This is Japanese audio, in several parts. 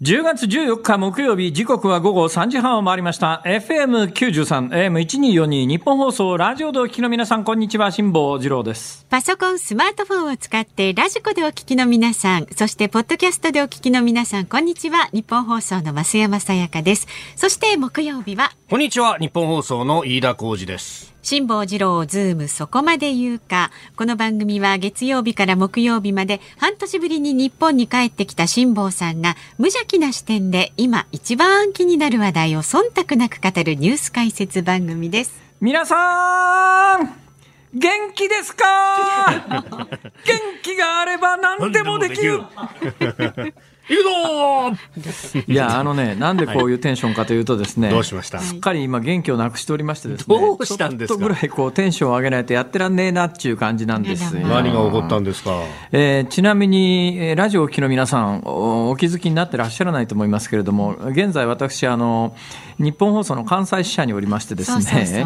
10月14日木曜日、時刻は午後3時半を回りました。FM93、AM1242 日本放送ラジオでお聞きの皆さん、こんにちは。辛坊治郎です。 パソコン、スマートフォンを使ってラジコでお聞きの皆さん、そしてポッドキャストでお聞きの皆さん、こんにちは。日本放送の増山さやかです。そして木曜日は、 こんにちは。日本放送の飯田浩司です。 辛坊治郎ズームそこまで言うか。この番組は月曜日から木曜日まで半年ぶりに日本に帰ってきた辛坊さんが無邪気な視点で今一番気になる話題を忖度なく語るニュース解説番組です。 皆さん元気ですか？元気があれば何でもできる。 いるぞいや、なんでこういうテンションかというとですね、 どうしました？ すっかり今元気をなくしておりましてですね、 どうしたんですか？ ちょっとぐらいこうテンションを上げないとやってらんねえなっていう感じなんですよ。 何が起こったんですか？ ちなみにラジオをお聞きの皆さん お気づきになってらっしゃらないと思いますけれども、現在私日本放送の関西支社におりましてですね、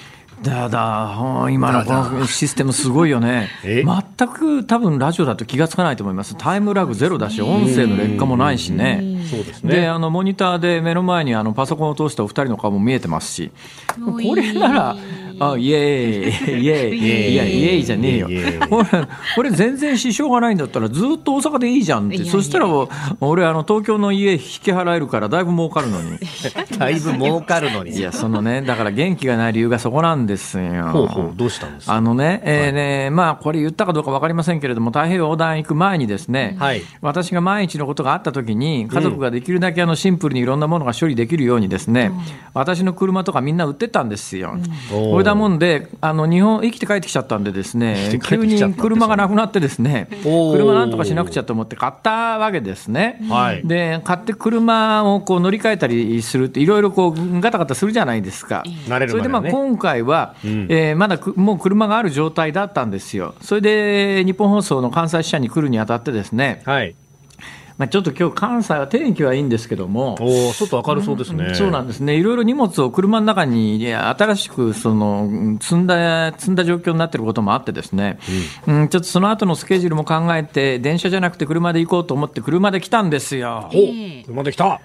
今のこのシステムすごいよね。全く多分ラジオだと気がつかないと思います。タイムラグゼロだし、音声の劣化もないしね。 そうですね。 でモニターで目の前にパソコンを通してお二人の顔も見えてますし、これならイエーイイエーイ、いやイエーイじゃねえよ。これ全然支障がないんだったらずっと大阪でいいじゃんって。そしたら俺東京の家引き払えるからだいぶ儲かるのに。 だいぶ儲かるのに。 いやだから元気がない理由がそこなんですよ。 どうしたんですか？ これ言ったかどうか分かりませんけれども、太平洋横断行く前にですね、私が万一のことがあった時に家族ができるだけシンプルにいろんなものが処理できるようにですね、私の車とかみんな売ってたんですよ。これだもんで日本生きて帰ってきちゃったんでですね、急に車がなくなってですね、車なんとかしなくちゃと思って買ったわけですね。で買って車をこう乗り換えたりするっていろいろガタガタするじゃないですか。それで今回は、まだもう車がある状態だったんですよ。それで日本放送の関西支社に来るにあたってですね、ちょっと今日関西は天気はいいんですけども、 外明るそうですね。 そうなんですね。いろいろ荷物を車の中に新しく積んだ状況になっていることもあってですね、ちょっとその後のスケジュールも考えて電車じゃなくて車で行こうと思って車で来たんですよ。 車で来た。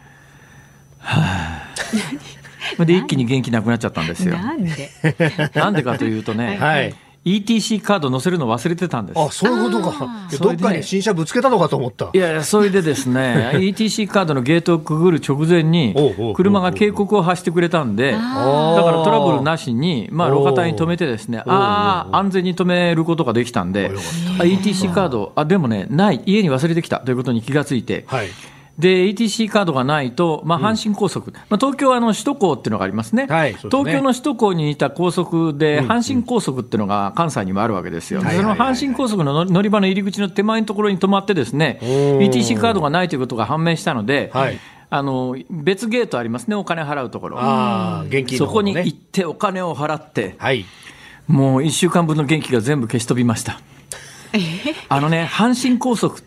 で一気に元気なくなっちゃったんですよ。なんでかというとね、ETC カード載せるの忘れてたんです。 そういうことか。どっかに新車ぶつけたのかと思った。 いやそれでですねETC カードのゲートをくぐる直前に車が警告を発してくれたんで、だからトラブルなしに路肩に止めてですね、安全に止めることができたんで、ETC カードでもねない、家に忘れてきたということに気がついて、で ETC カードがないと、阪神高速、東京は首都高っていうのがありますね。東京の首都高にいた高速で阪神高速っていうのが関西にもあるわけですよ。その阪神高速の乗り場の入り口の手前のところに止まってですね、ETC カードがないということが判明したので、別ゲートありますね、お金払うところ。そこに行ってお金を払って、もう1週間分の元気が全部消し飛びました。阪神高速って、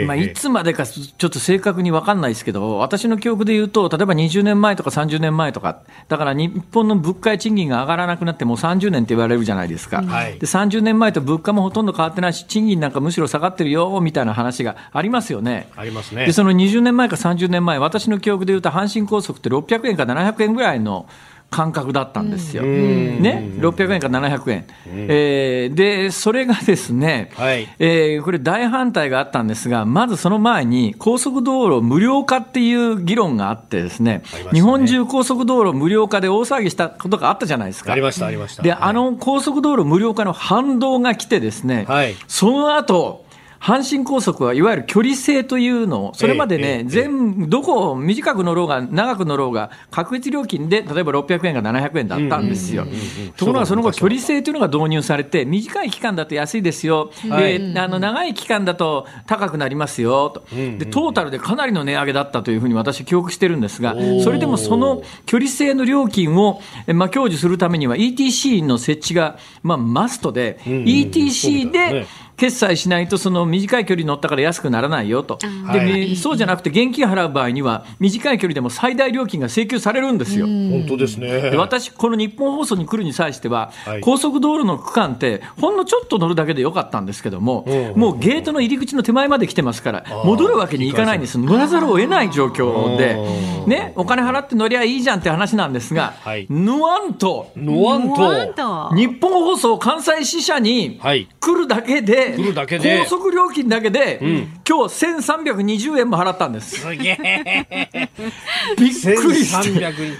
いつまでかちょっと正確に分かんないですけど、私の記憶で言うと、例えば20年前とか30年前とか、だから日本の物価や賃金が上がらなくなってもう30年って言われるじゃないですか。で30年前と物価もほとんど変わってないし、賃金なんかむしろ下がってるよみたいな話がありますよね。 ありますね。 でその20年前か30年前、私の記憶で言うと阪神高速って600円か700円ぐらいの感覚だったんですよ、600円か700円、でそれがですね、これ大反対があったんですが、まずその前に高速道路無料化っていう議論があってですね、日本中高速道路無料化で大騒ぎしたことがあったじゃないですか。 ありましたありました。 で高速道路無料化の反動が来てですね、その後阪神高速はいわゆる距離制というのを、それまでね、どこを短く乗ろうが長く乗ろうが確率料金で例えば600円か700円だったんですよ。ところがその後距離制というのが導入されて、短い期間だと安いですよ、長い期間だと高くなりますよと。でトータルでかなりの値上げだったというふうに私記憶してるんですが、それでもその距離制の料金を享受するためには ETC の設置がマストで、ETC で決済しないとその短い距離乗ったから安くならないよと。で、そうじゃなくて現金払う場合には短い距離でも最大料金が請求されるんですよ。 本当ですね。 で、私この日本放送に来るに際しては、高速道路の区間ってほんのちょっと乗るだけでよかったんですけども、もうゲートの入り口の手前まで来てますから戻るわけにいかないんです。乗らざるを得ない状況で、ね、お金払って乗りゃいいじゃんって話なんですが、ぬわんと日本放送関西支社に来るだけで、高速料金だけで、今日1320円も払ったんです。すげえ。びっくりして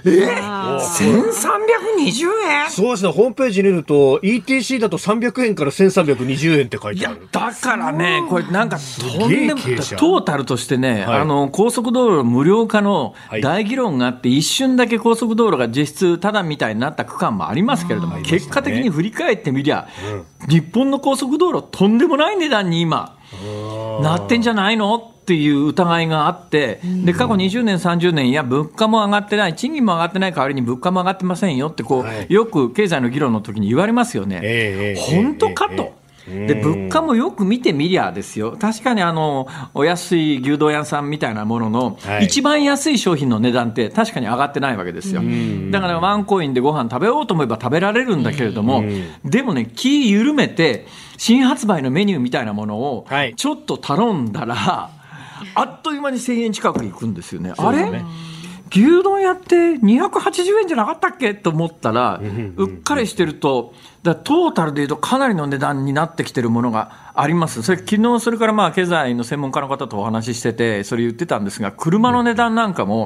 。1320円？ そうですね。ホームページに見ると ETC だと300円から1320円って書いてある。 だからね、これなんかとんでもトータルとしてね、高速道路無料化の大議論があって、一瞬だけ高速道路が実質タダみたいになった区間もありますけれども、結果的に振り返ってみりゃ、日本の高速道路とんでもない値段に今なってんじゃないのっていう疑いがあって、で過去20年30年、いや物価も上がってない、賃金も上がってない代わりに物価も上がってませんよってよく経済の議論の時に言われますよね。本当かと。で物価もよく見てみりゃですよ、確かにお安い牛丼屋さんみたいなものの、一番安い商品の値段って確かに上がってないわけですよ。だからワンコインでご飯食べようと思えば食べられるんだけれども、でもね、気緩めて新発売のメニューみたいなものをちょっと頼んだら、あっという間に1000円近くいくんですよね。あれ牛丼屋って280円じゃなかったっけと思ったら、うっかりしてると、トータルでいうとかなりの値段になってきてるものがあります。それ昨日それから経済の専門家の方とお話ししてて、それ言ってたんですが、車の値段なんかも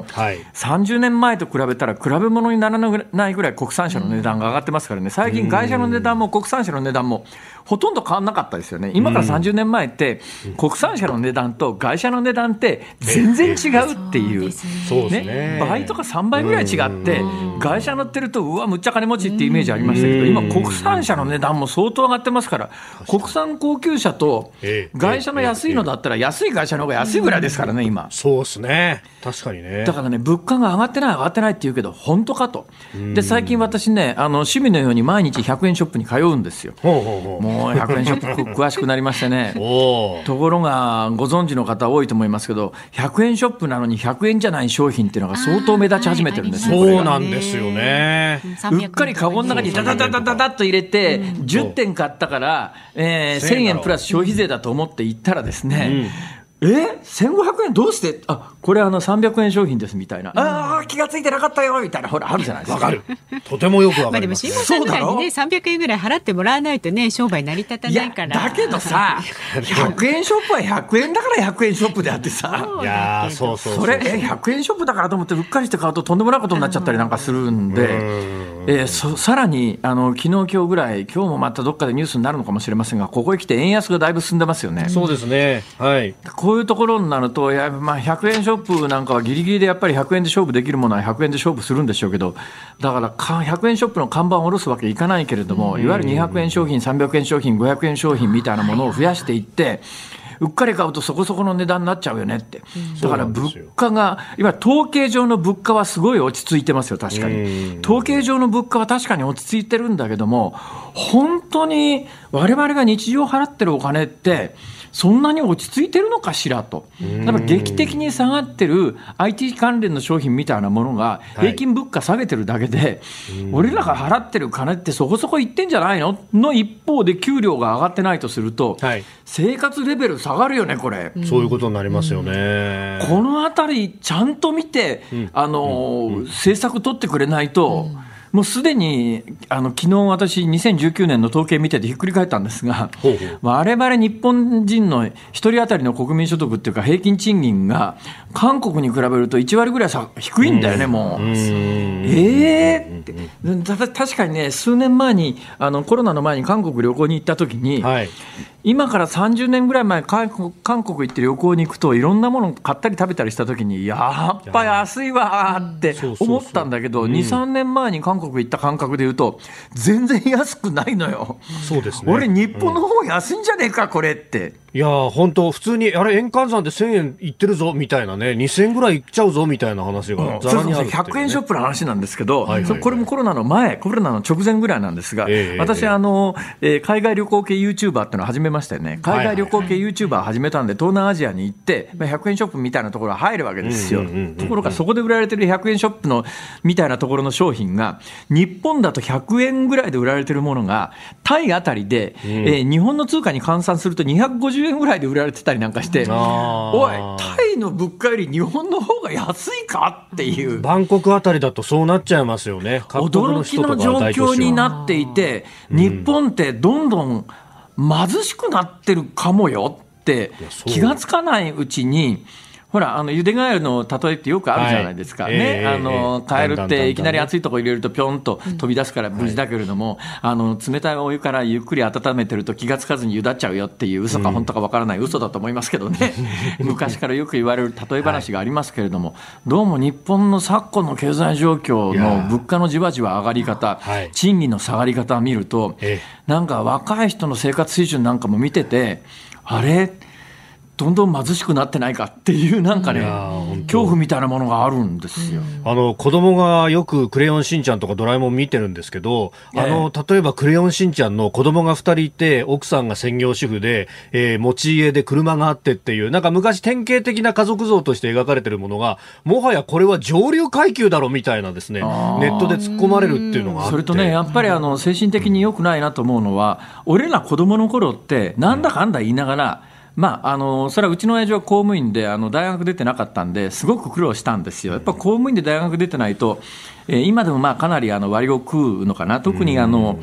30年前と比べたら比べ物にならないぐらい国産車の値段が上がってますからね。最近外車の値段も国産車の値段もほとんど変わんなかったですよね。今から30年前って国産車の値段と外車の値段って全然違うっていう、倍とか3倍ぐらい違って、外車乗ってるとうわむっちゃ金持ちってイメージありましたけど、今国産車の値段も相当上がってますから、国産高級車と外車の安いのだったら安い会社の方が安いぐらいですからね今。 そうですね、確かにね。 だからね、物価が上がってない上がってないって言うけど本当かと。で最近私ね、趣味のように毎日100円ショップに通うんですよ。もう100円ショップ詳しくなりましてねところがご存知の方多いと思いますけど、100円ショップなのに100円じゃない商品っていうのが相当目立ち始めてるんですよ。 そうなんですよね。 うっかりカゴの中にダダダダダダッと入れて10点買ったから、1000円プラス消費税だと思って行ったらですね、1500円どうして、これ300円商品ですみたいな、気がついてなかったよみたいな、ほらあるじゃないですか。 わかる、とてもよくわかります。 でも辛坊さんぐらいにね、300円ぐらい払ってもらわないとね、商売成り立たないから。 だけどさ100円ショップは100円だから100円ショップであってさ、 いやそうそれ100円ショップだからと思ってうっかりして買うととんでもないことになっちゃったりなんかするんで、さらに昨日今日ぐらい、今日もまたどっかでニュースになるのかもしれませんが、ここへ来て円安がだいぶ進んでますよね。 そうですね、はい。 こういうところになると、100円ショップなんかはギリギリでやっぱり100円で勝負できるものは100円で勝負するんでしょうけど、だから100円ショップの看板を下ろすわけいかないけれども、いわゆる200円商品300円商品500円商品みたいなものを増やしていって、うっかり買うとそこそこの値段になっちゃうよねって。だから物価が今統計上の物価はすごい落ち着いてますよ。確かに統計上の物価は確かに落ち着いてるんだけども、本当に我々が日常払ってるお金ってそんなに落ち着いてるのかしらと。だから劇的に下がってる IT 関連の商品みたいなものが平均物価下げてるだけで、俺らが払ってる金ってそこそこいってんじゃないのの一方で給料が上がってないとすると、生活レベル下がるよねこれ。 そういうことになりますよね。 このあたりちゃんと見て政策取ってくれないと、もうすでに昨日私2019年の統計見ててひっくり返ったんですが、我々日本人の1人当たりの国民所得っていうか平均賃金が韓国に比べると1割ぐらい低いんだよね。もうって確かにね、数年前にコロナの前に韓国旅行に行った時に、今から30年ぐらい前韓国行って旅行に行くといろんなもの買ったり食べたりした時にやっぱ安いわって思ったんだけど、2、3年前に韓国行った感覚で言うと全然安くないのよ。 そうですね。 俺日本の方安いんじゃねえかこれって。 いや本当普通にあれ円換算で1000円いってるぞみたいなね、2000円ぐらいいっちゃうぞみたいな話がざらにあるっていうね。 100円ショップの話なんですけど、これもコロナの前、コロナの直前ぐらいなんですが、私海外旅行系 YouTuber ってのを始めましたよね。海外旅行系 YouTuber 始めたんで、東南アジアに行って、100円ショップみたいなところが入るわけですよ。ところがそこで売られてる100円ショップのみたいなところの商品が、日本だと100円ぐらいで売られてるものがタイあたりで、日本の通貨に換算すると250円ぐらいで売られてたりなんかして、おいタイの物価より日本の方が安いかっていう、 バンコクあたりだとそうなっちゃいますよね。 驚きの状況になっていて、日本ってどんどん貧しくなってるかもよって気がつかないうちに、ほらゆでガエルの例えってよくあるじゃないですか、ね、カエルっていきなり熱いところ入れるとぴょんと飛び出すから無事だけれども、冷たいお湯からゆっくり温めてると気がつかずにゆだっちゃうよっていう、嘘か本当かわからない嘘だと思いますけどね昔からよく言われる例え話がありますけれども、どうも日本の昨今の経済状況の物価のじわじわ上がり方、賃金の下がり方を見ると、なんか若い人の生活水準なんかも見てて、あれどんどん貧しくなってないかっていうなんかね、恐怖みたいなものがあるんですよ。 子供がよくクレヨンしんちゃんとかドラえもん見てるんですけど、例えばクレヨンしんちゃんの子供が2人いて、奥さんが専業主婦で、持ち家で車があってっていう、なんか昔典型的な家族像として描かれてるものが、もはやこれは上流階級だろみたいなですね、ネットで突っ込まれるっていうのがあって、 それとね、やっぱり精神的に良くないなと思うのは、俺ら子供の頃ってなんだかんだ言いながら、それはうちの親父は公務員で大学出てなかったんですごく苦労したんですよ。やっぱ公務員で大学出てないと、今でもかなり割を食うのかな。特に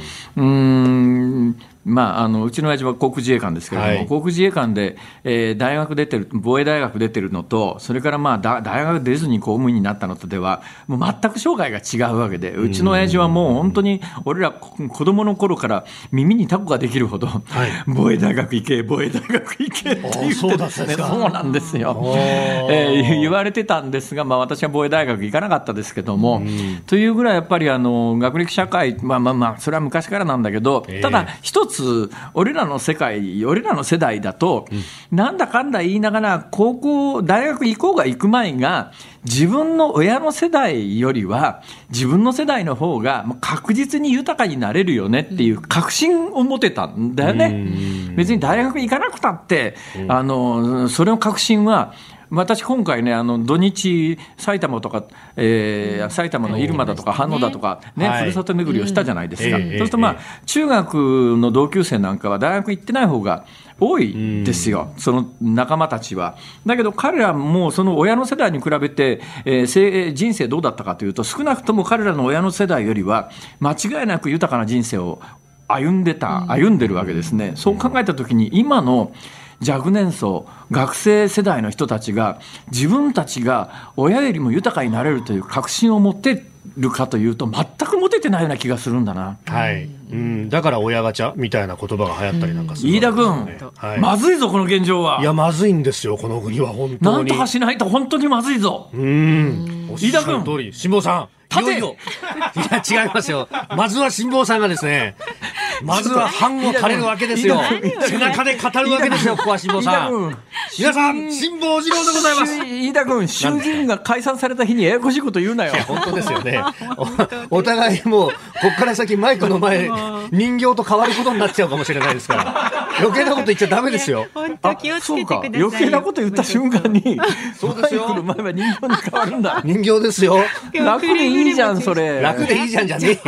うちの親父は航空自衛官ですけれども、航空自衛官で、大学出てる、防衛大学出てるのと、それから大学出ずに公務員になったのとでは、もう全く生涯が違うわけで、うちの親父はもう本当に、俺ら子供の頃から耳にタコができるほど、防衛大学行け、防衛大学行けって言ってですね、そうなんですよ。言われてたんですが、私は防衛大学行かなかったですけども、というぐらいやっぱり学歴社会、それは昔からなんだけど、ただ一つ、俺らの世代だと、なんだかんだ言いながら大学行こうが行く前が、自分の親の世代よりは自分の世代の方が確実に豊かになれるよねっていう確信を持てたんだよね。別に大学行かなくたって、それの確信は、私今回ね、土日埼玉とか、埼玉の入間だとか飯能だとかね、ふるさと巡りをしたじゃないですか。そうすると中学の同級生なんかは大学行ってない方が多いですよ、その仲間たちは。だけど彼らもその親の世代に比べて、人生どうだったかというと、少なくとも彼らの親の世代よりは間違いなく豊かな人生を歩んでるわけですね。そう考えたときに、今の若年層、学生世代の人たちが自分たちが親よりも豊かになれるという確信を持ってるかというと、全く持ててないような気がするんだな。 だから親ガチャみたいな言葉が流行ったりなんかする、 飯田君、まずいぞこの現状は。 いや、まずいんですよこの国は。本当になんとかしないと本当にまずいぞ。飯田君、 通り辛坊さん、いや違いますよ。まずは辛坊さんがですね、まずは藩を垂れるわけですよ。背中で語るわけですよ。ここは辛坊さん。皆さん、辛坊治郎でございます。 飯田君、衆議院が解散された日にややこしいこと言うなよ。 本当ですよね。お互いもうこっから先マイクの前人形と変わることになっちゃうかもしれないですから、余計なこと言っちゃダメですよ。 本当気をつけてください。 余計なこと言った瞬間にそうですよ、 マイクの前は人形に変わるんだ。 人形ですよ。 楽でいいじゃんそれ。 楽でいいじゃんじゃねえよ。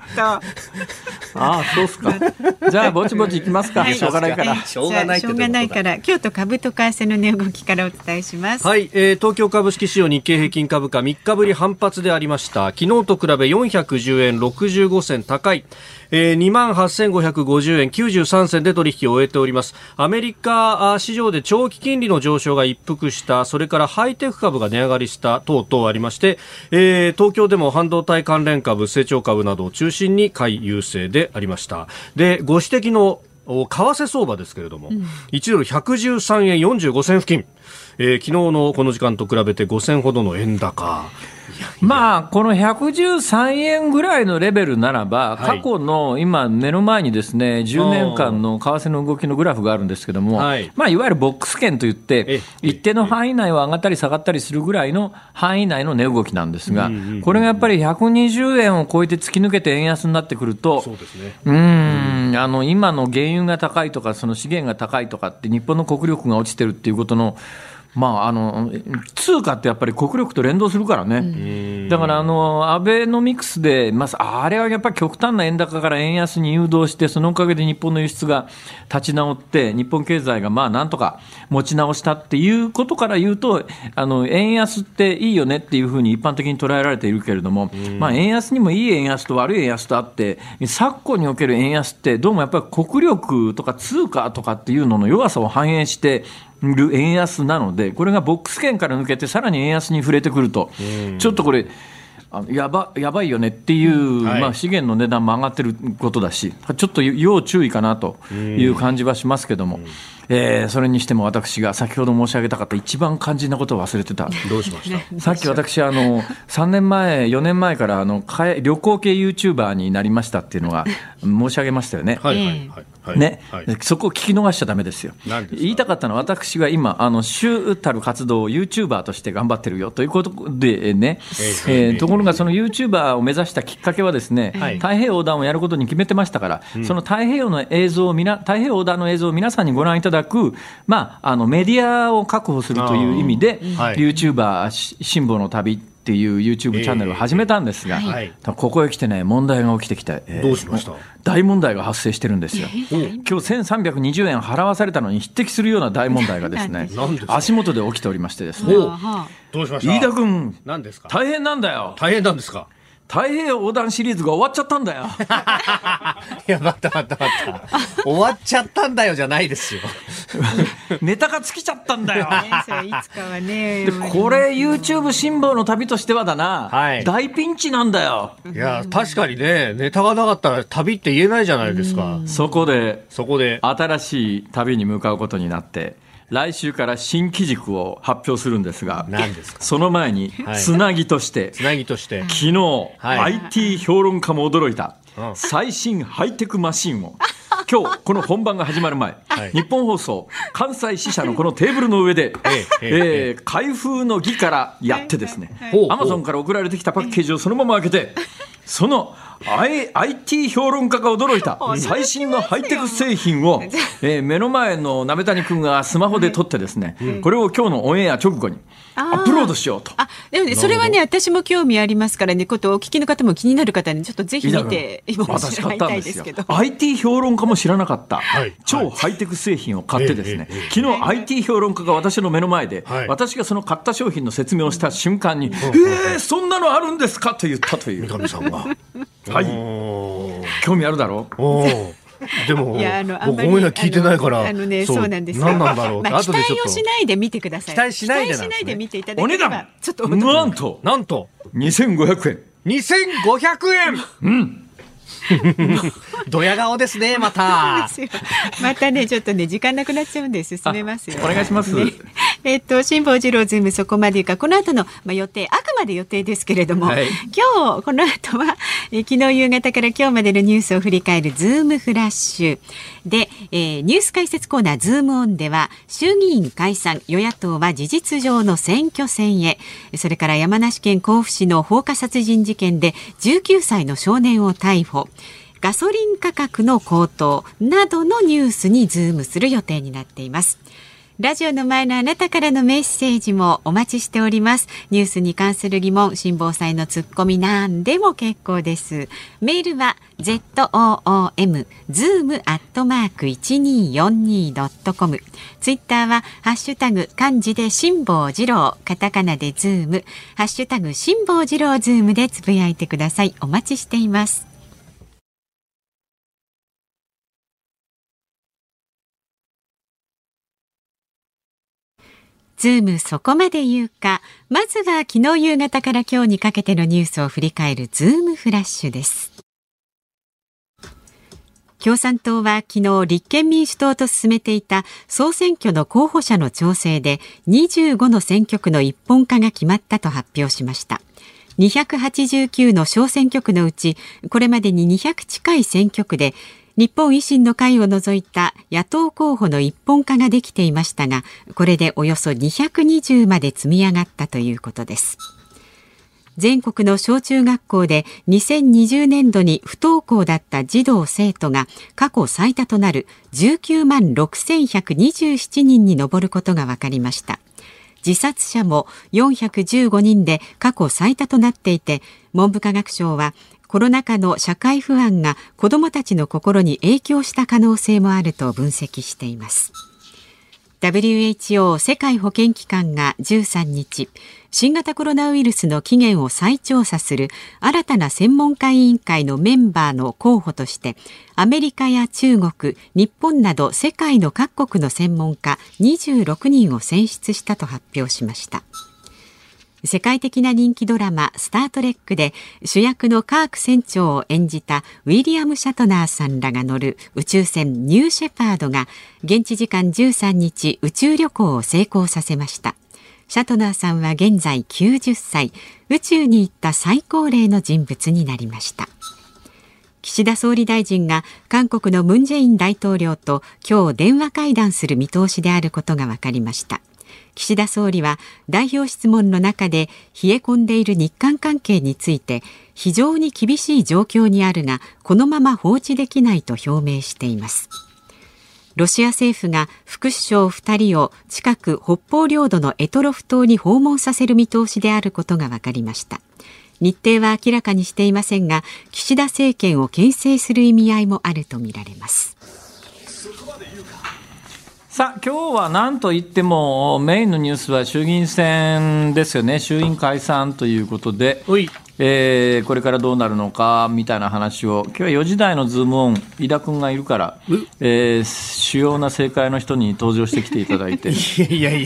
そうっすか。じゃあぼちぼち行きますか。しょうがないから。 しょうがないから今日と株と為替の値動きからお伝えします。 東京株式市場日経平均株価3日ぶり反発でありました。昨日と比べ410円65銭高い、28,550円93銭で取引を終えております。アメリカ市場で長期金利の上昇が一服した、それからハイテク株が値上がりした等々ありまして、東京でも半導体関連株、成長株などを中心に買い優勢でありました。で、ご指摘の為替相場ですけれども、1ドル113円45銭付近、昨日のこの時間と比べて5銭ほどの円高。いまあ、この113円ぐらいのレベルならば、過去の今、目の前にですね、10年間の為替の動きのグラフがあるんですけども、まあ、いわゆるボックス圏といって、一定の範囲内を上がったり下がったりするぐらいの範囲内の値動きなんですが、これがやっぱり120円を超えて突き抜けて円安になってくると、 そうですね、 今の原油が高いとか、その資源が高いとかって、日本の国力が落ちてるっていうことの、まあ、通貨ってやっぱり国力と連動するからね、だからアベノミクスで、あれはやっぱり極端な円高から円安に誘導して、そのおかげで日本の輸出が立ち直って、日本経済がまあなんとか持ち直したっていうことから言うと、円安っていいよねっていうふうに一般的に捉えられているけれども、円安にもいい円安と悪い円安とあって、昨今における円安って、どうもやっぱり国力とか通貨とかっていうのの弱さを反映してる円安なので、これがボックス圏から抜けてさらに円安に触れてくると、ちょっとこれやばいよねっていう、資源の値段も上がってることだし、ちょっと要注意かなという感じはしますけども、それにしても私が先ほど申し上げたかった一番肝心なことを忘れてた。 どうしました？ さっき私3年前4年前から旅行系 YouTuber になりましたっていうのが申し上げましたよね。そこを聞き逃しちゃダメですよ。言いたかったのは、私が今主たる活動を YouTuber として頑張ってるよということでね、ところがその YouTuber を目指したきっかけはですね、太平洋横断をやることに決めてましたから、その太平洋横断の映像を皆さんにご覧いただく、メディアを確保するという意味で、YouTuber 辛坊の旅っていう YouTube チャンネルを始めたんですが、ここへ来てね、問題が起きてきて、 どうしました？ 大問題が発生してるんですよ。今日1320円払わされたのに匹敵するような大問題がですね足元で起きておりましてですね。 どうしました？ 飯田君、 何ですか？ 大変なんだよ。 大変なんですか？ 太平洋横断シリーズが終わっちゃったんだよ。 いや、待った終わっちゃったんだよじゃないですよ。 ネタが尽きちゃったんだよ。 いつかはね。 でこれ YouTube 辛坊の旅としてはだな、大ピンチなんだよ。 いや、確かにね、ネタがなかったら旅って言えないじゃないですか。 そこで新しい旅に向かうことになって、来週から新機軸を発表するんですが、 何ですか？ その前につなぎとして、昨日、IT 評論家も驚いた最新ハイテクマシンを今日この本番が始まる前、日本放送関西支社のこのテーブルの上で、開封の儀からやってですね、アマゾンから送られてきたパッケージをそのまま開けて、そのIT 評論家が驚いた最新のハイテク製品を、目の前の鍋谷君がスマホで撮ってですね、これを今日のオンエア直後にアップロードしようと。 でもね、それはね、私も興味ありますからね、ことお聞きの方も気になる方にちょっとぜひ見てもらいたいですけど。 IT 評論家も知らなかった、超ハイテク製品を買ってですね、昨日 IT 評論家が私の目の前で、私がその買った商品の説明をした瞬間に、そんなのあるんですかと言ったという。 三上さんが興味あるだろう。 でも僕オンエア聞いてないから、 そうなんですよ。 何なんだろう。 期待をしないで見てください。 期待しないで見ていただければ。 お値段ちょっとなんと2500円。 2500円。ドヤ顔ですね。またね、ちょっとね、時間なくなっちゃうんで進めますよ。 お願いします。 辛坊治郎ズームそこまでか、この後の予定、あくまで予定ですけれども、今日この後は昨日夕方から今日までのニュースを振り返るズームフラッシュで、ニュース解説コーナーズームオンでは、衆議院解散、与野党は事実上の選挙戦へ、それから山梨県甲府市の放火殺人事件で19歳の少年を逮捕、ガソリン価格の高騰などのニュースにズームする予定になっています。ラジオの前のあなたからのメッセージもお待ちしております。ニュースに関する疑問、辛坊さんのツッコミなんでも結構です。メールは zoom@1242.com、 ツイッターはハッシュタグ漢字で辛坊治郎、カタカナでズーム、ハッシュタグ辛坊治郎ズームでつぶやいてください。お待ちしています。ズームそこまで言うか。まずは昨日夕方から今日にかけてのニュースを振り返るズームフラッシュです。共産党は昨日立憲民主党と進めていた総選挙の候補者の調整で25の選挙区の一本化が決まったと発表しました。 289の小選挙区のうち、これまでに200近い選挙区で日本維新の会を除いた野党候補の一本化ができていましたが、これでおよそ220まで積み上がったということです。全国の小中学校で2020年度に不登校だった児童生徒が過去最多となる19万6127人に上ることが分かりました。自殺者も415人で過去最多となっていて、文部科学省はコロナ禍の社会不安が子どもたちの心に影響した可能性もあると分析しています。WHO 世界保健機関が13日、新型コロナウイルスの起源を再調査する新たな専門家委員会のメンバーの候補として、アメリカや中国、日本など世界の各国の専門家26人を選出したと発表しました。世界的な人気ドラマスタートレックで主役のカーク船長を演じたウィリアム・シャトナーさんらが乗る宇宙船ニューシェパードが現地時間13日宇宙旅行を成功させました。シャトナーさんは現在90歳、宇宙に行った最高齢の人物になりました。岸田総理大臣が韓国のムン・ジェイン大統領と今日電話会談する見通しであることが分かりました。岸田総理は代表質問の中で冷え込んでいる日韓関係について、非常に厳しい状況にあるがこのまま放置できないと表明しています。ロシア政府が副首相2人を近く北方領土の択捉島に訪問させる見通しであることが分かりました。日程は明らかにしていませんが、岸田政権を牽制する意味合いもあるとみられます。 さあ、今日は何といってもメインのニュースは衆議院選ですよね。衆院解散ということで、これからどうなるのかみたいな話を、今日は4時台のズームオン、飯田君がいるから、主要な政界の人に登場してきていただいて、 いや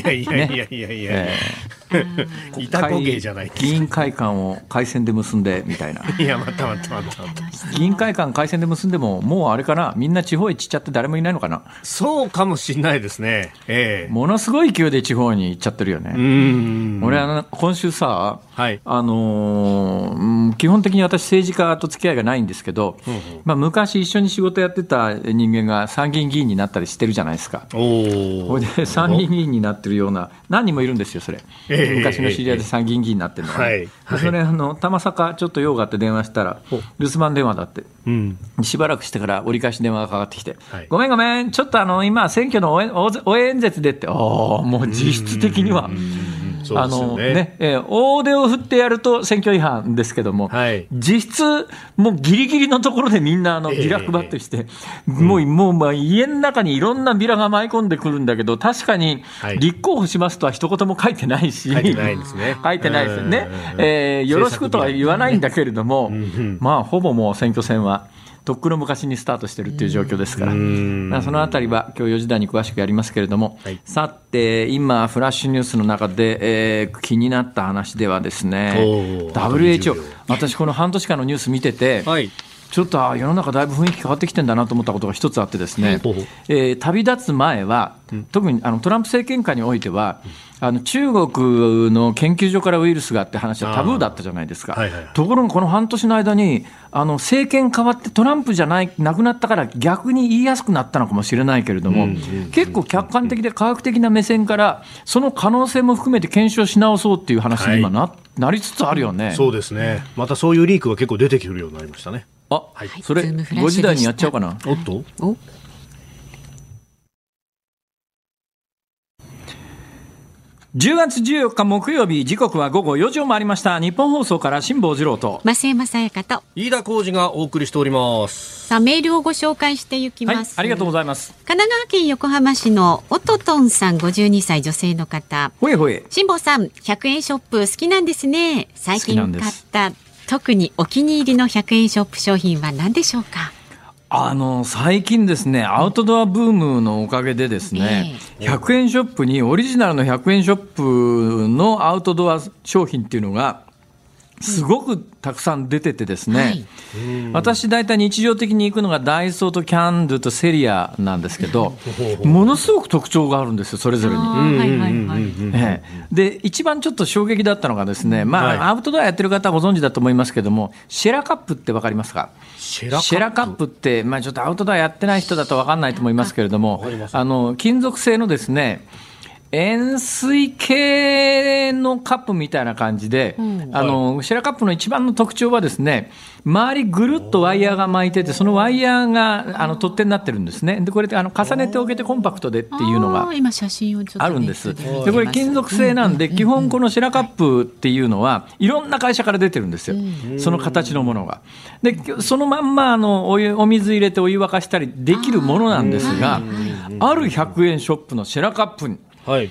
板焦げじゃないですか。 議員会館を回線で結んでみたいな。 いや、また議員会館回線で結んでも、もうあれかな、みんな地方へ散っちゃって誰もいないのかな。 そうかもしれないですね。 ものすごい勢いで地方に行っちゃってるよね。俺今週さ、はい、基本的に私政治家と付き合いがないんですけど、昔一緒に仕事やってた人間が参議院議員になったりしてるじゃないですか。それで参議院議員になってるような何人もいるんですよ、それ。昔の知り合いで参議院議員になってるのが、それたまさかちょっと用があって電話したら留守番電話だって、しばらくしてから折り返し電話がかかってきて、ごめんちょっと今選挙の応援演説でって、もう実質的には大手を振ってやると選挙違反ですけども、実質もうギリギリのところでみんなビラ配ってして、もう家の中にいろんなビラが舞い込んでくるんだけど、確かに立候補しますとは一言も書いてないし、書いてないですね。よろしくとは言わないんだけれども、ほぼもう選挙戦はとっくの昔にスタートしているという状況ですから、そのあたりは今日4時台に詳しくやりますけれども、さて今フラッシュニュースの中で、気になった話ではですね、WHO、私この半年間のニュース見てて、ちょっと世の中だいぶ雰囲気変わってきてんだなと思ったことが一つあってですね、旅立つ前は特にトランプ政権下においては中国の研究所からウイルスがあって話はタブーだったじゃないですか。ところがこの半年の間に政権変わってトランプじゃなくなったから逆に言いやすくなったのかもしれないけれども、結構客観的で科学的な目線からその可能性も含めて検証し直そうっていう話に今 なりつつあるよね。 そうですね。またそういうリークが結構出てくるようになりましたね。 それ5時台にやっちゃおうかな。10月14日木曜日、時刻は午後4時を回りました。日本放送から辛坊治郎と増山さやかと飯田浩司がお送りしております。 さあ、メールをご紹介していきます。 ありがとうございます。 神奈川県横浜市のおととんさん、52歳女性の方。辛坊さん、100円ショップ好きなんですね。最近買った特にお気に入りの100円ショップ商品は何でしょうか。 最近ですね、アウトドアブームのおかげでですね、100円ショップにオリジナルの100円ショップのアウトドア商品っていうのがすごくたくさん出ててですね、私大体日常的に行くのがダイソーとキャンドゥとセリアなんですけど、ものすごく特徴があるんですよ、それぞれに。で一番ちょっと衝撃だったのがですね、アウトドアやってる方はご存知だと思いますけども、シェラカップって分かりますか？シェラカップって、ちょっとアウトドアやってない人だと分かんないと思いますけれども、金属製のですね、円錐形のカップみたいな感じで、シェラカップの一番の特徴はですね、周りぐるっとワイヤーが巻いてて、そのワイヤーが取っ手になってるんですね。でこれ重ねておけてコンパクトでっていうのが今写真をちょっとあるんです。でこれ金属製なんで、基本このシェラカップっていうのはいろんな会社から出てるんですよ、その形のものが。でそのまんまお水入れてお湯沸かしたりできるものなんですが、ある100円ショップのシェラカップに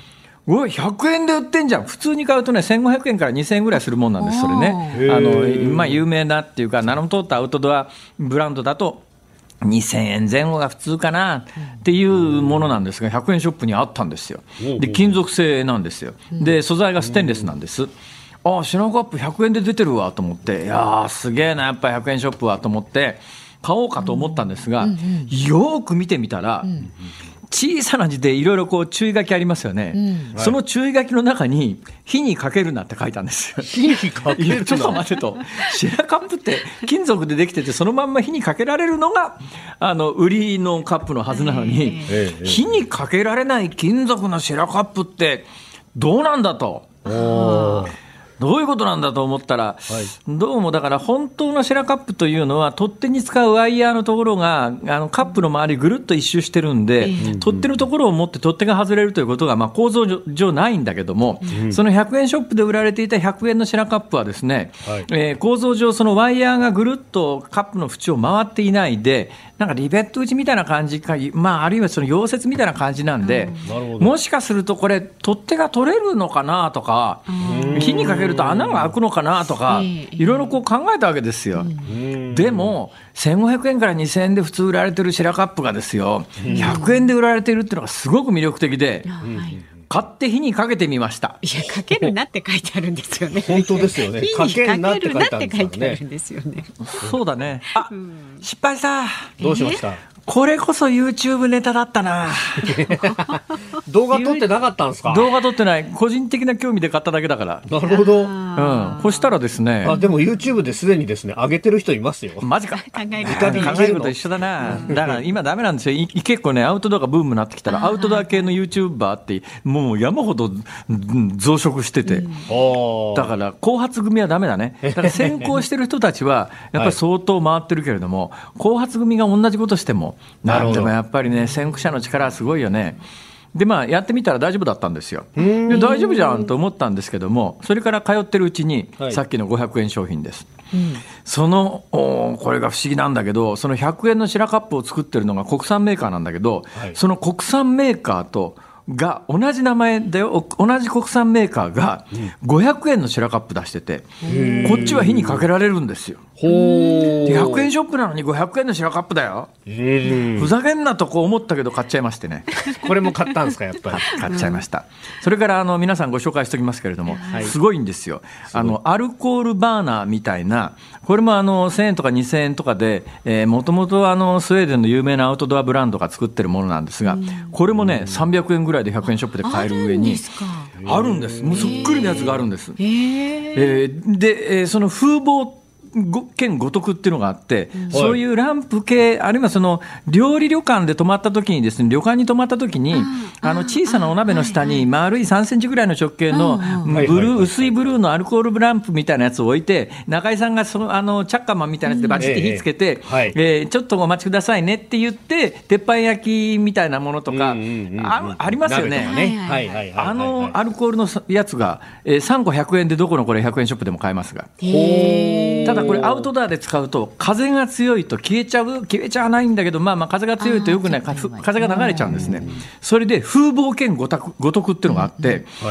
100円で売ってんじゃん。普通に買うとね、1500円から2000円ぐらいするもんなんです、それね。有名なっていうか名の通ったアウトドアブランドだと2000円前後が普通かなっていうものなんですが、100円ショップにあったんですよ。で金属製なんですよ。で素材がステンレスなんです。シェラカップ100円で出てるわと思って、いやーすげえな、やっぱり100円ショップはと思って買おうかと思ったんですが、よーく見てみたら、小さな字でいろいろ注意書きありますよね、その注意書きの中に火にかけるなって書いたんですよ。 火にかけるな。 ちょっと待てと、シェラカップって金属でできてて、そのまんま火にかけられるのが売りのカップのはずなのに、火にかけられない金属のシェラカップってどうなんだと。どういうことなんだと思ったら、どうもだから本当のシェラカップというのは取っ手に使うワイヤーのところがカップの周りぐるっと一周してるんで、取っ手のところを持って取っ手が外れるということが構造上ないんだけども、その100円ショップで売られていた100円のシェラカップはですね、構造上そのワイヤーがぐるっとカップの縁を回っていないで、なんかリベット打ちみたいな感じか、あるいはその溶接みたいな感じなんで、もしかするとこれ取っ手が取れるのかなとか、火にかけると穴が開くのかなとか、いろいろ考えたわけですよ。でも1500円から2000円で普通売られてるシェラカップがですよ、100円で売られているっていうのがすごく魅力的で、買って火にかけてみました。 いや、かけるなって書いてあるんですよね。 本当ですよね。 火にかけるなって書いてあるんですよね。 そうだね。失敗した。 どうしました？ これこそ YouTube ネタだったな。 動画撮ってなかったんですか？ 動画撮ってない。個人的な興味で買っただけだから。 なるほど。 そしたらですね。 でも YouTube ですでにですね、上げてる人いますよ。 マジか。 考えること一緒だな。だから今ダメなんですよ。結構ね、アウトドアがブームになってきたら、アウトドア系の YouTuber ってもう山ほど増殖してて。だから後発組はダメだね。だから先行してる人たちはやっぱり相当回ってるけれども、後発組が同じことしても、でもやっぱりね、先駆者の力はすごいよね。でやってみたら大丈夫だったんですよ。で大丈夫じゃんと思ったんですけども、それから通ってるうちに、さっきの500円商品です、これが不思議なんだけど、その100円のシェラカップを作ってるのが国産メーカーなんだけど、その国産メーカーとが同じ名前で同じ国産メーカーが500円のシェラカップ出してて、こっちは火にかけられるんですよ。100円ショップなのに500円のシェラカップだよ。ふざけんなと思ったけど買っちゃいましてね。 これも買ったんですか？やっぱり買っちゃいました。それから皆さんご紹介しておきますけれども、すごいんですよ。アルコールバーナーみたいな、これも1000円とか2000円とかで、もともとスウェーデンの有名なアウトドアブランドが作ってるものなんですが、これもね300円ぐらいで100円ショップで買える上にあるんです。もうそっくりのやつがあるんです。で、その風貌兼五徳っていうのがあって、そういうランプ系、あるいはその料理旅館で泊まった時にですね、旅館に泊まった時に小さなお鍋の下に丸い3センチぐらいの直径の薄いブルーのアルコールランプみたいなやつを置いて、中井さんがチャッカマンみたいなやつでバチって火つけて、ちょっとお待ちくださいねって言って鉄板焼きみたいなものとかありますよね。アルコールのやつが3個100円でどこのこれ100円ショップでも買えますが、ただこれアウトドアで使うと風が強いと消えちゃわないんだけど、風が強いとよくね、風が流れちゃうんですね。それで風貌兼五徳っていうのがあって、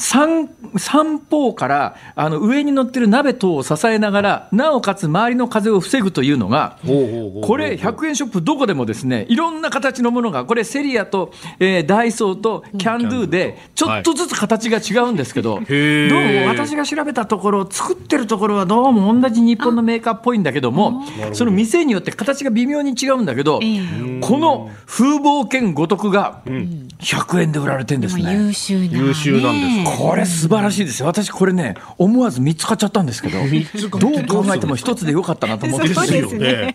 三方から上に乗ってる鍋等を支えながら、なおかつ周りの風を防ぐというのが、これ100円ショップどこでもですね、いろんな形のものが、これセリアと、ダイソーとキャンドゥでちょっとずつ形が違うんですけど、どうも私が調べたところ、作ってるところはどうも同じ日本のメーカーっぽいんだけども、その店によって形が微妙に違うんだけど、この風貌兼五徳が100円で売られてるんですね。 優秀なんです。 これ素晴らしいですよ。私これね、思わず3つ買っちゃったんですけど、どう考えても1つでよかったなと思ってるんですよね。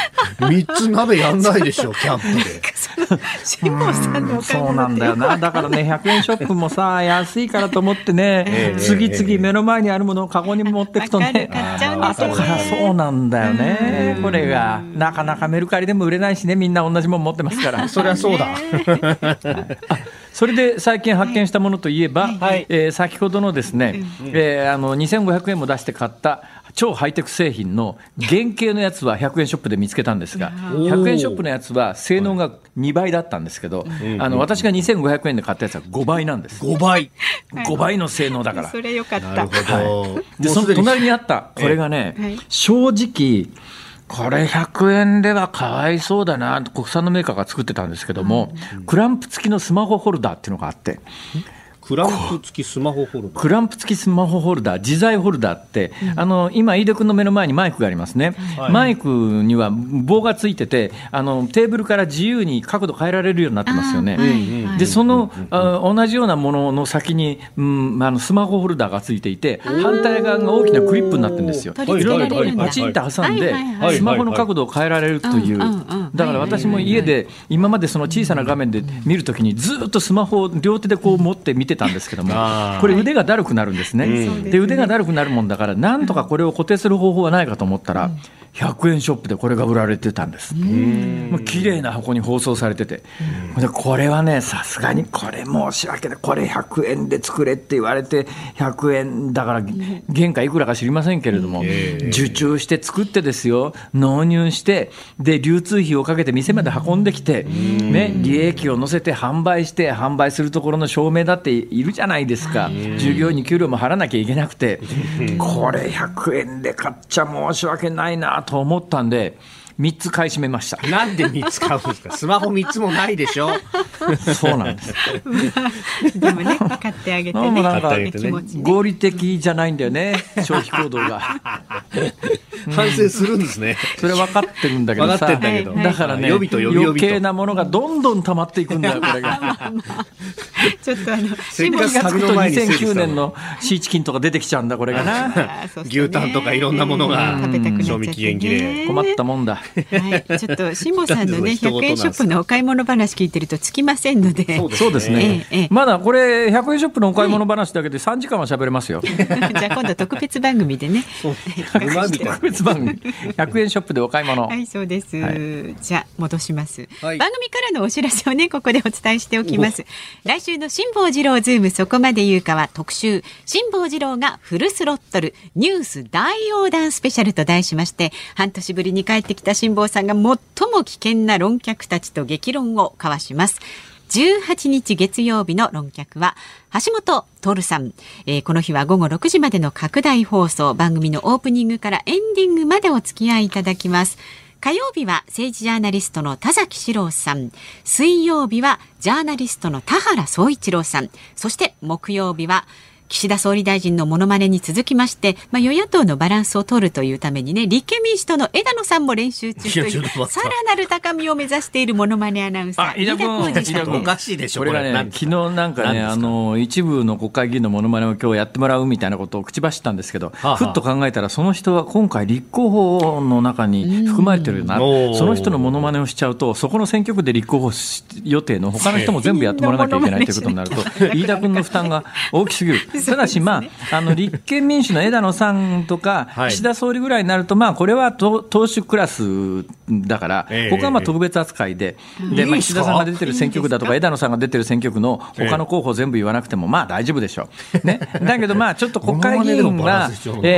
3つ鍋やんないでしょ、キャンプで。 辛坊さんのお買い物そうなんだよな。だからね、100円ショップもさ、安いからと思ってね、次々目の前にあるものをカゴに持っていくとね、後からそうなんだよね。これがなかなかメルカリでも売れないしね、みんな同じもの持ってますから。 そりゃそうだ。 それで最近発見したものといえば、先ほどのですね、2500円も出して買った超ハイテク製品の原型のやつは100円ショップで見つけたんですが、100円ショップのやつは性能が2倍だったんですけど、私が2500円で買ったやつは5倍なんです。 5 倍の性能だから。 それよかった。 なるほど。 でその隣にあったこれがね、正直これ100円ではかわいそうだな、国産のメーカーが作ってたんですけども、クランプ付きのスマホホルダーっていうのがあって、 クランプ付きスマホホルダー。 クランプ付きスマホホルダー、自在ホルダーって、今、飯田君の目の前にマイクがありますね、マイクには棒がついてて、テーブルから自由に角度変えられるようになってますよね。で、その同じようなものの先に、スマホホルダーがついていて、反対側が大きなクリップになってるんですよ。いろいろなところにパチンと挟んで、スマホの角度を変えられるという、だから私も家で、今までその小さな画面で見るときに、ずっとスマホを両手でこう持って見てたんですけども、これ腕がだるくなるんですね。で腕がだるくなるもんだから、なんとかこれを固定する方法はないかと思ったら、100円ショップでこれが売られてたんです。もう綺麗な箱に包装されてて、でこれはね、さすがにこれ申し訳ない、これ100円で作れって言われて、100円だから原価いくらか知りませんけれども、受注して作ってですよ、納入して、で流通費をかけて店まで運んできて、ね、利益を乗せて販売して、販売するところの証明だっているじゃないですか。従業員に給料も払わなきゃいけなくて、これ100円で買っちゃ申し訳ないなと思ったんで、3つ買い占めました。 なんで3つ買うんですか。スマホ3つもないでしょ。 そうなんです。 でもね、買ってあげてね。 なんか合理的じゃないんだよね、消費行動が。 反省するんですね。 それ分かってるんだけどさ、だからね、余計なものがどんどん溜まっていくんだよ、これが。 ちょっとせっかく旅の前に2009年のシーチキンとか出てきちゃうんだ、これがな。 牛タンとかいろんなものが賞味期限切れ。 困ったもんだ。 ちょっと辛坊さんのね、100円ショップのお買い物話聞いてるとつきませんので。 そうですね。まだこれ100円ショップのお買い物話だけで3時間は喋れますよ。 じゃあ今度特別番組でね。 特別番組。100円ショップでお買い物。 はい、そうです。じゃあ戻します。番組からのお知らせをね、ここでお伝えしておきます。来週の辛坊治郎ズームそこまで言うかは特集、辛坊治郎がフルスロットルニュース大横断スペシャルと題しまして、半年ぶりに帰ってきた辛坊さんが最も危険な論客たちと激論を交わします。18日月曜日の論客は橋本徹さん、この日は午後6時までの拡大放送、番組のオープニングからエンディングまでお付き合いいただきます。火曜日は政治ジャーナリストの田崎史郎さん、水曜日はジャーナリストの田原総一郎さん、そして木曜日は岸田総理大臣のモノマネに続きまして、与野党のバランスを取るというためにね、立憲民主党の枝野さんも練習中というさらなる高みを目指しているモノマネアナウンサー、 飯田君おかしいでしょ。 これがね、昨日なんかね、一部の国会議員のモノマネを今日やってもらうみたいなことを口走ったんですけど、ふっと考えたら、その人は今回立候補の中に含まれてるよな、その人のモノマネをしちゃうと、そこの選挙区で立候補予定の他の人も全部やってもらわなきゃいけないということになると、飯田君の負担が大きすぎる。ただし、立憲民主の枝野さんとか岸田総理ぐらいになると、これは党首クラスだから、他は特別扱いで、岸田さんが出てる選挙区だとか、枝野さんが出てる選挙区の他の候補全部言わなくても大丈夫でしょう、ね、だけどちょっと国会議員が、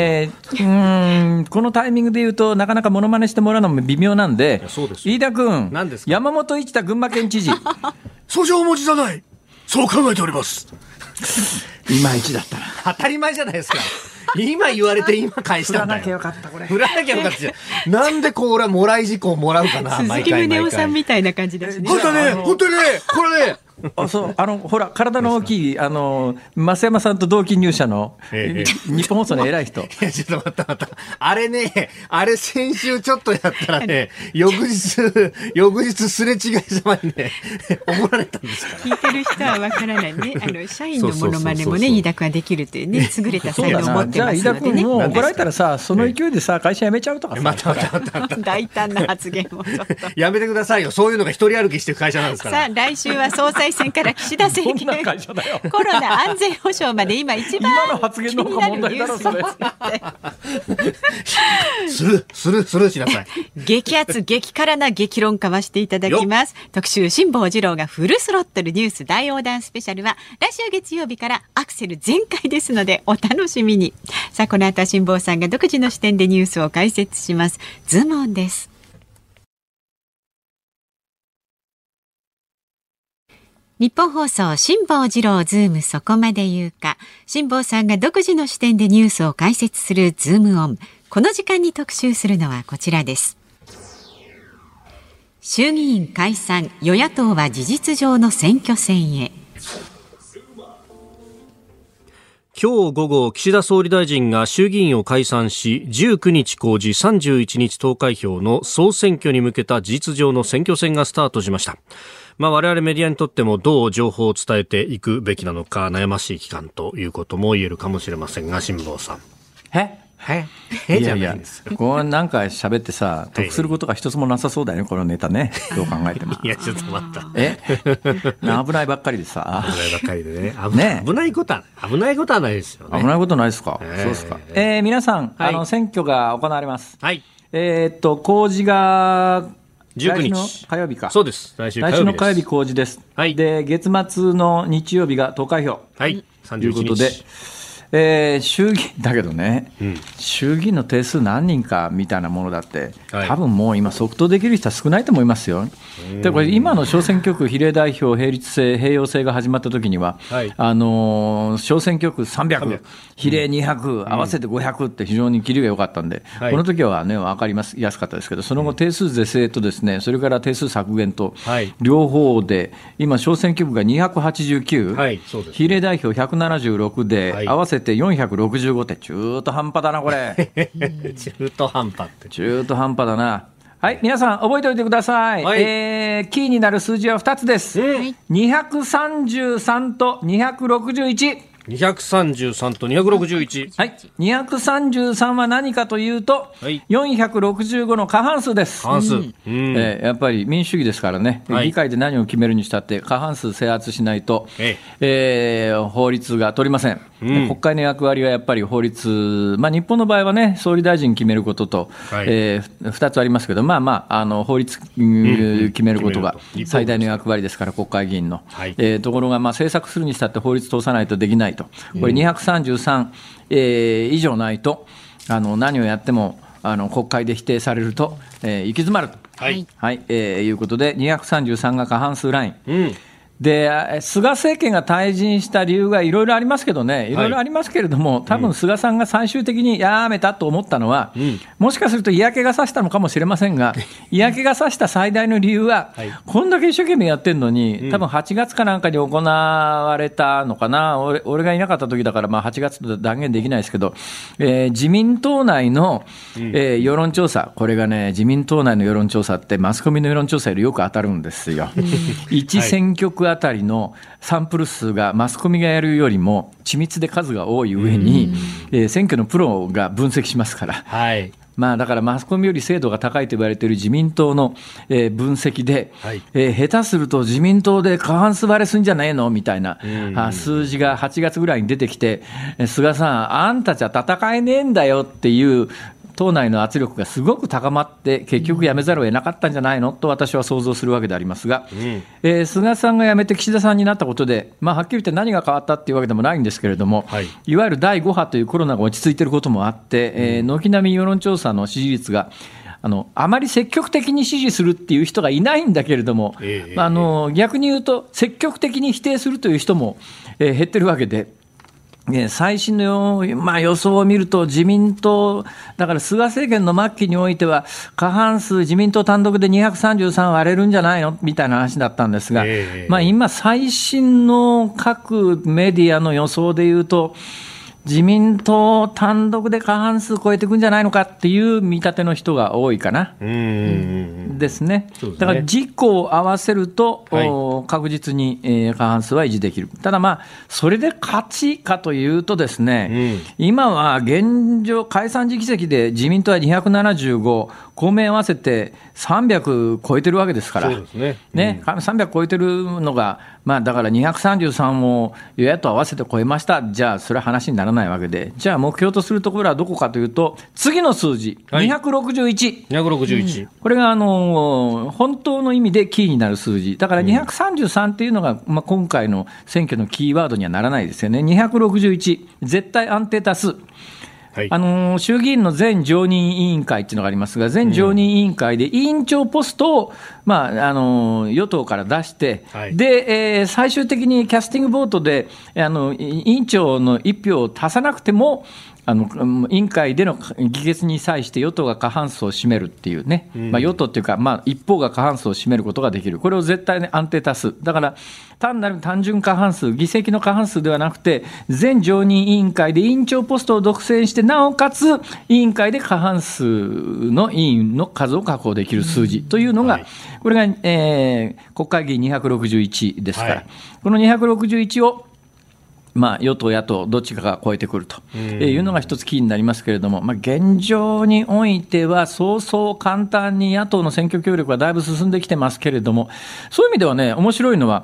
このタイミングで言うと、なかなかモノマネしてもらうのも微妙なんで、飯田君、山本一太群馬県知事訴状をお持ちじゃない、そう考えております。 いまいちだったな。 当たり前じゃないですか。今言われて今返したんだよ。 振らなきゃよかったこれ。 振らなきゃよかったじゃん。なんでこう俺はもらい事故をもらうかな。 鈴木宗男さんみたいな感じですね。 本当ね、本当ね、これね。 そうほら体の大きい増山さんと同期入社の日本放送の偉い人。 いやちょっと待ったあれね、あれ先週ちょっとやったらね、翌日すれ違いざまにね怒られたんですから。 聞いてる人はわからないね。社員のモノマネもね、飯田君はできるというね、優れた才能を持ってますのでね。 じゃあ飯田君も怒られたらさ、その勢いでさ会社辞めちゃうとかさ。 また大胆な発言をちょっとやめてくださいよ。そういうのが一人歩きしてる会社なんですから。 さあ来週は総裁選から岸田政権、コロナ安全保障まで今一番今の発言の方が問題だろそれ。 スルーしなさい。 激アツ激辛な激論交わしていただきます。特集辛坊治郎がフルスロットルニュース大横断スペシャルは来週月曜日からアクセル全開ですのでお楽しみに。さあこの後は辛坊さんが独自の視点でニュースを解説します。ズームオンです。日本放送辛坊治郎ズームそこまで言うか。辛坊さんが独自の視点でニュースを解説するズームオン。この時間に特集するのはこちらです。衆議院解散、与野党は事実上の選挙戦へ。 今日午後、岸田総理大臣が衆議院を解散し、19日公示、31日投開票の総選挙に向けた事実上の選挙戦がスタートしました。我々メディアにとってもどう情報を伝えていくべきなのか悩ましい期間ということも言えるかもしれませんが、辛坊さん。 じゃないです。こうなんか喋ってさ、得することが一つもなさそうだよね、このネタね。どう考えても。 いや、ちょっと待った。 危ないばっかりでさ。 危ないばっかりでね。危ないことはないですよね。 危ないことないですか。そうですか。皆さん、選挙が行われます。 はい。 公示が、 19日来週の火曜日か。 そうです。来週の火曜日公示です。 はい。 で、月末の日曜日が投開票。 はい。 ということで、衆議院だけどね、衆議院の定数何人かみたいなものだって、多分もう今、即答できる人は少ないと思いますよ。でこれ今の小選挙区比例代表並立制併用制が始まったときには、小選挙区300、比例200、合わせて500って非常に切りが良かったんで、この時はね、分かりやすかったですけど、その後、定数是正とですね、それから定数削減と、両方で、今、小選挙区が289、比例代表176で、合わせて465って中途半端だなこれ。 中途半端って中途半端だな。はい、皆さん覚えておいてください。キーになる数字は2つです。233と261。 233と261。 はい。233は何かというと、465の過半数です。 過半数。 やっぱり民主主義ですからね、議会で何を決めるにしたって過半数制圧しないと、法律が取りません。国会の役割はやっぱり法律、日本の場合はね、総理大臣決めることと、2つありますけど、法律決めることが最大の役割ですから、国会議員の。ところが、政策するにしたって法律通さないとできないと。これ233、以上ないと、何をやっても国会で否定されると、行き詰まると、いうことで、233が過半数ライン。で菅政権が退陣した理由がいろいろありますけどね、いろいろありますけれども、多分菅さんが最終的にやめたと思ったのは、もしかすると嫌気がさしたのかもしれませんが、嫌気がさした最大の理由は、こんだけ一生懸命やってるのに、多分8月かなんかに行われたのかな、俺がいなかった時だから、8月と断言できないですけど、自民党内の、世論調査、これがね、自民党内の世論調査って、マスコミの世論調査よりよく当たるんですよ。1選挙区あたりのサンプル数がマスコミがやるよりも緻密で数が多い上に、選挙のプロが分析しますから、だからマスコミより精度が高いと言われている自民党の、分析で、下手すると自民党で過半数割れすんじゃないのみたいな、数字が8月ぐらいに出てきて、菅さん、あんたじゃ戦えねえんだよっていう党内の圧力がすごく高まって結局辞めざるを得なかったんじゃないのと私は想像するわけでありますが、菅さんが辞めて岸田さんになったことで、はっきり言って何が変わったっていうわけでもないんですけれども、いわゆる第5波というコロナが落ち着いていることもあって、軒並み世論調査の支持率があまり積極的に支持するっていう人がいないんだけれども、逆に言うと積極的に否定するという人も、減ってるわけで、最新の、予想を見ると自民党だから菅政権の末期においては過半数自民党単独で233割れるんじゃないのみたいな話だったんですが、今最新の各メディアの予想でいうと自民党単独で過半数超えていくんじゃないのかっていう見立ての人が多いかなですね。だから自公を合わせると、確実に過半数は維持できる。ただそれで勝ちかというとですね、今は現状解散議席で自民党は275、公明合わせて300超えてるわけですから、300超えてるのが、だから233を与野党合わせて超えました、じゃあそれは話にならないわけで、じゃあ目標とするところはどこかというと、次の数字、261、これが本当の意味でキーになる数字、だから233っていうのが、今回の選挙のキーワードにはならないですよね。261、絶対安定多数。衆議院の全常任委員会っていうのがありますが、全常任委員会で委員長ポストを、与党から出して、で最終的にキャスティングボートで委員長の1票を足さなくても委員会での議決に際して与党が過半数を占めるっていうね、与党っていうか、一方が過半数を占めることができる。これを絶対に安定多数。だから単なる単純過半数、議席の過半数ではなくて、全常任委員会で委員長ポストを独占して、なおかつ委員会で過半数の委員の数を確保できる数字というのが、これが、国会議員261ですから、この261を与党、野党、どっちかが超えてくるというのが一つキーになりますけれども、現状においては、そうそう簡単に野党の選挙協力はだいぶ進んできてますけれども、そういう意味ではね、面白いのは、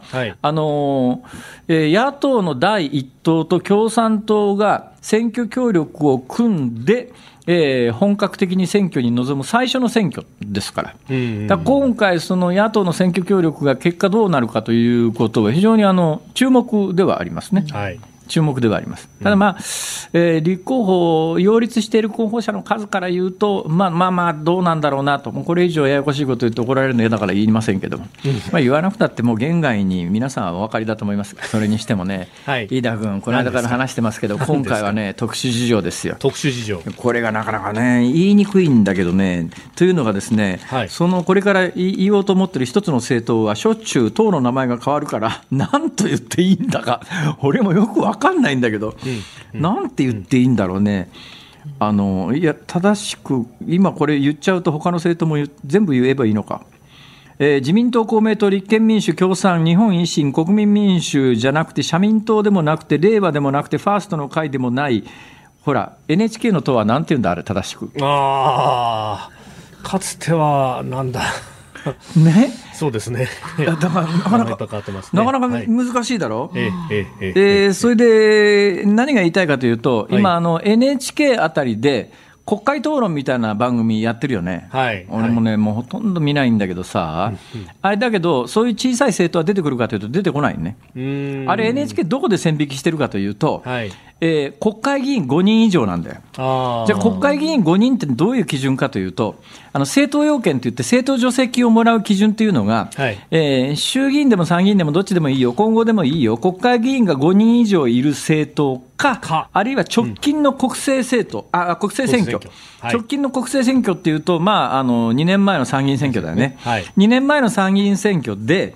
野党の第一党と共産党が選挙協力を組んで、本格的に選挙に臨む最初の選挙ですから、今回、その野党の選挙協力が結果どうなるかということは、非常に注目ではありますね。注目ではあります。ただ立候補、擁立している候補者の数から言うと、どうなんだろうなと、もうこれ以上ややこしいこと言って怒られるの嫌だから言いませんけども、言わなくたってもう言外に皆さんはお分かりだと思いますが、それにしてもね、飯田君、この間から話してますけど、今回はね、特殊事情ですよ。 特殊事情。 これがなかなかね、言いにくいんだけどね、というのがですね、これから言おうと思っている一つの政党は、しょっちゅう党の名前が変わるから、何と言っていいんだか、俺もよく分かんないんだけど、なんて言っていいんだろうね。いや正しく今これ言っちゃうと他の政党も全部言えばいいのか。自民党、公明党、立憲民主、共産、日本維新、国民民主じゃなくて、社民党でもなくて、令和でもなくて、ファーストの会でもない、ほら NHK の党はなんて言うんだあれ、正しく。 かつてはなんだね、 そうですね。 だからなかなか難しいだろ。それで何が言いたいかというと、今NHK あたりで国会討論みたいな番組やってるよね。俺もね、もうほとんど見ないんだけどさ、あれだけどそういう小さい政党は出てくるかというと出てこないね。あれ NHK どこで線引きしてるかというと、国会議員5人以上なんだよ。じゃあ国会議員5人ってどういう基準かというと、政党要件といって政党除籍をもらう基準というのが、衆議院でも参議院でもどっちでもいいよ、今後でもいいよ、国会議員が5人以上いる政党か、あるいは直近の国政政党、国政選挙、直近の国政選挙っていうと、2年前の参議院選挙だよね。2年前の参議院選挙で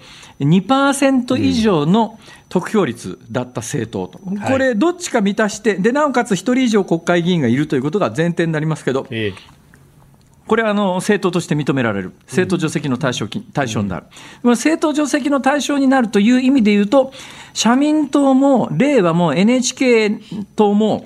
2% 以上の得票率だった政党と、これどっちか満たして、でなおかつ1人以上国会議員がいるということが前提になりますけど、これは政党として認められる、政党除籍の対象になる。政党除籍の対象になるという意味でいうと、社民党も令和も NHK 党も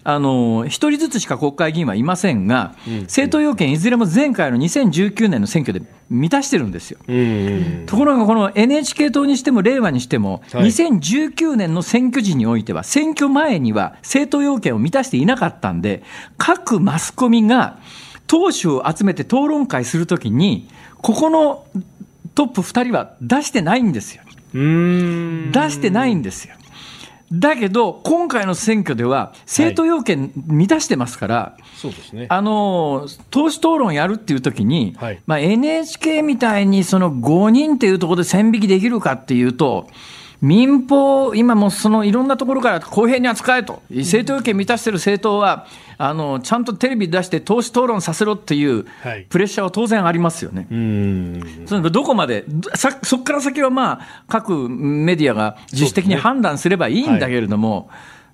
1人ずつしか国会議員はいませんが、政党要件いずれも前回の2019年の選挙で満たしてるんですよ。ところがこの NHK 党にしても令和にしても、2019年の選挙時においては、選挙前には政党要件を満たしていなかったんで、各マスコミが党首を集めて討論会するときに、ここのトップ2人は出してないんですよ。出してないんですよ。 だけど今回の選挙では政党要件満たしてますから、 そうですね、 党首討論やるっていう時に、NHK みたいにその5人っていうところで線引きできるかっていうと、民放、今もそのいろんなところから公平に扱えと、政党要件満たしている政党はちゃんとテレビ出して党首討論させろっていうプレッシャーは当然ありますよね。そのどこまでそこから先は各メディアが自主的に判断すればいいんだけれども、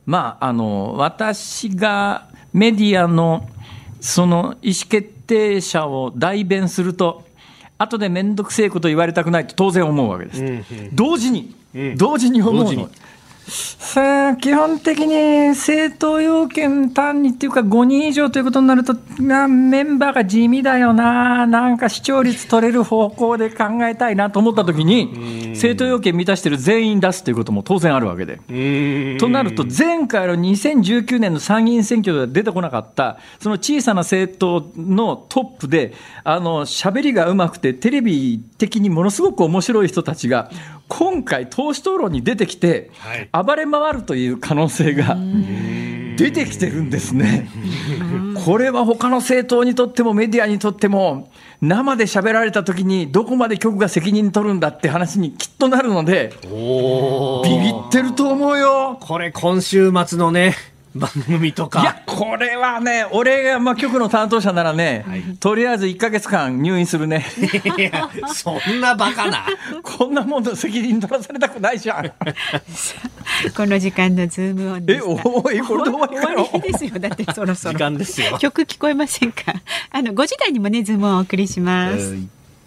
私がメディアのその意思決定者を代弁すると後で面倒くせえこと言われたくないと当然思うわけです。同時に思うの。基本的に政党要件単にっていうか5人以上ということになるとメンバーが地味だよな、なんか視聴率取れる方向で考えたいなと思ったときに政党要件満たしている全員出すということも当然あるわけで、となると前回の2019年の参議院選挙では出てこなかったその小さな政党のトップで喋りがうまくてテレビ的にものすごく面白い人たちが今回党首討論に出てきて暴れ回るという可能性が出てきてるんですね。これは他の政党にとってもメディアにとっても生で喋られた時にどこまで局が責任取るんだって話にきっとなるのでビビってると思うよ。 これ今週末のね番組とか。 いやこれはね、俺が局の担当者ならね、とりあえず1ヶ月間入院するね。 いやそんなバカなこんなもんの責任取らされたくないじゃん。 この時間のズームオンでした。 これで終わりかよ。 終わりですよ。だってそろそろ時間ですよ。 曲聞こえませんか。5時台にもねズームオンをお送りします。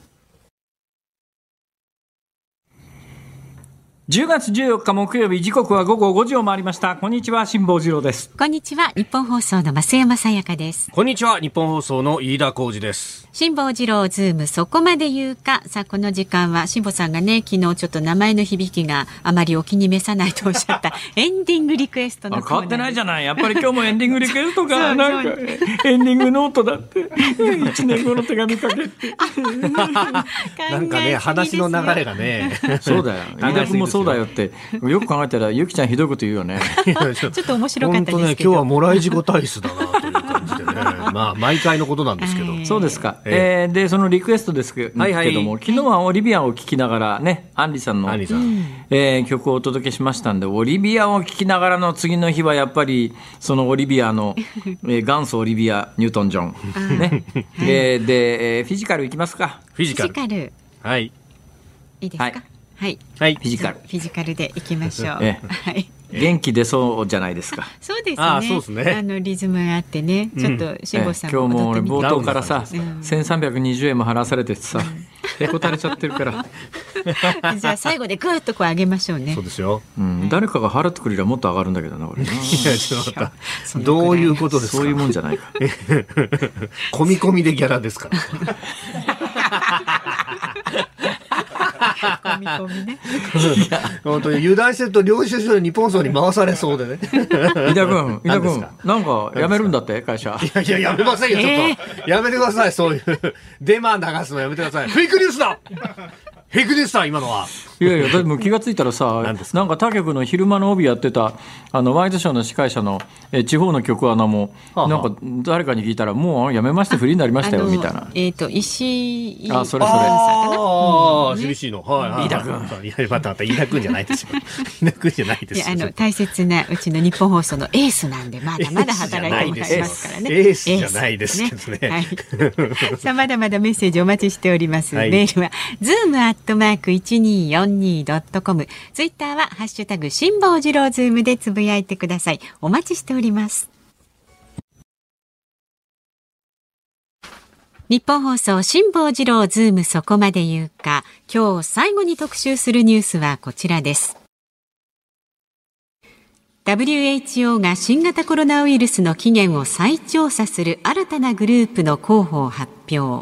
10月14日木曜日、時刻は午後5時を回りました。こんにちは、辛坊治郎です。 こんにちは、日本放送の増山さやかです。 こんにちは、日本放送の飯田浩司です。 辛坊治郎ズームそこまで言うか。さあこの時間は辛坊さんがね、昨日ちょっと名前の響きがあまりお気に召さないとおっしゃったエンディングリクエストのコーナー。 変わってないじゃない。やっぱり今日もエンディングリクエストがなんかエンディングノートだって1年後の手紙かけてなんかね話の流れがねそうだよ、飯田君もそうだよってよく考えたらゆきちゃんひどいこと言うよね。 ちょっと面白かったですけど、 本当ね、今日はもらい事故体質だなという感じでね毎回のことなんですけど、 そうですか。でそのリクエストですけども、昨日はオリビアを聴きながらね、アンリさんの曲をお届けしましたんで、オリビアを聴きながらの次の日はやっぱりそのオリビアの元祖オリビア・ニュートン・ジョン、ねでフィジカルいきますか。 フィジカル、 はい、 いいですか。はい、 フィジカル、 フィジカルでいきましょう。はい、 元気出そうじゃないですか。 そうですね。 そうですね。 リズムがあってね、ちょっと辛坊さん今日も踊ってみて。 冒頭からさ、1320円も払わされてさ、へこたれちゃってるから。 じゃあ最後でぐーっとこう上げましょうね。 そうですよ。 誰かが払ってくれりゃもっと上がるんだけどな、これな。いやちょっと待った。どういうことですか。 そういうもんじゃないか。 込み込みでギャラですから。 込み込みね。 本当に油断してると領収書で日本層に回されそうでね。 飯田君なんか辞めるんだって会社。 いややめませんよ、ちょっとやめてください。そういうデマ流すのやめてください。フェイクニュースだ。フェイクニュースだ今のは。 いやだってもう気がついたらさ、なんか他局の昼間の帯やってたワイドショーの司会者の地方の局アナもなんか誰かに聞いたらもうやめましてフリーになりましたよみたいな。 石井、 それ厳しいの。はい。飯田君。 いやまた飯田君じゃないですよ。飯田君じゃないですよ。 大切なうちの日本放送のエースなんでまだまだ働いてもらいますからね。 エースじゃないですけどね。 さあまだまだメッセージお待ちしております。メールはzoom@1242.com、ツイッターはハッシュタグ辛坊治郎ズームでつぶやいてください。お待ちしております。日本放送辛坊治郎ズームそこまで言うか。今日最後に特集するニュースはこちらです。WHO が新型コロナウイルスの起源を再調査する新たなグループの候補を発表。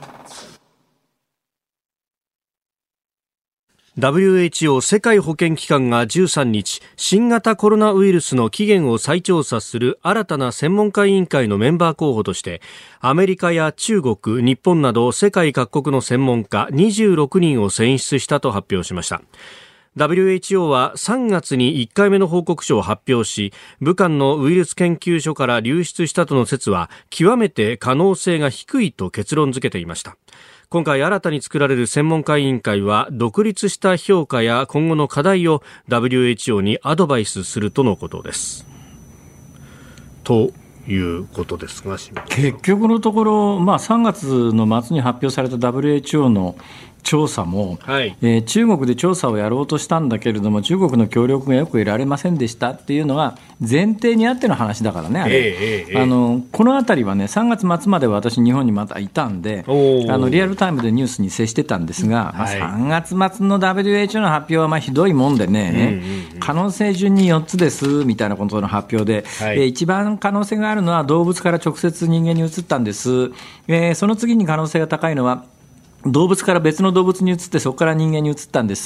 WHO 世界保健機関が13日、新型コロナウイルスの起源を再調査する新たな専門家委員会のメンバー候補として、アメリカや中国、日本など世界各国の専門家26人を選出したと発表しました。 WHO は3月に1回目の報告書を発表し、武漢のウイルス研究所から流出したとの説は極めて可能性が低いと結論付けていました。今回新たに作られる専門家委員会は独立した評価や今後の課題を WHO にアドバイスするとのことです。ということですが、 結局のところ、3月の末に発表された WHO の調査も、中国で調査をやろうとしたんだけれども、中国の協力がよく得られませんでしたっていうのが前提にあっての話だからね、このあたりはね、3月末まで私、日本にまたいたんで、リアルタイムでニュースに接してたんですが、3月末の WHO の発表はひどいもんでね、可能性順に4つですみたいなことの発表で、一番可能性があるのは動物から直接人間に移ったんです。その次に可能性が高いのは動物から別の動物に移ってそこから人間に移ったんです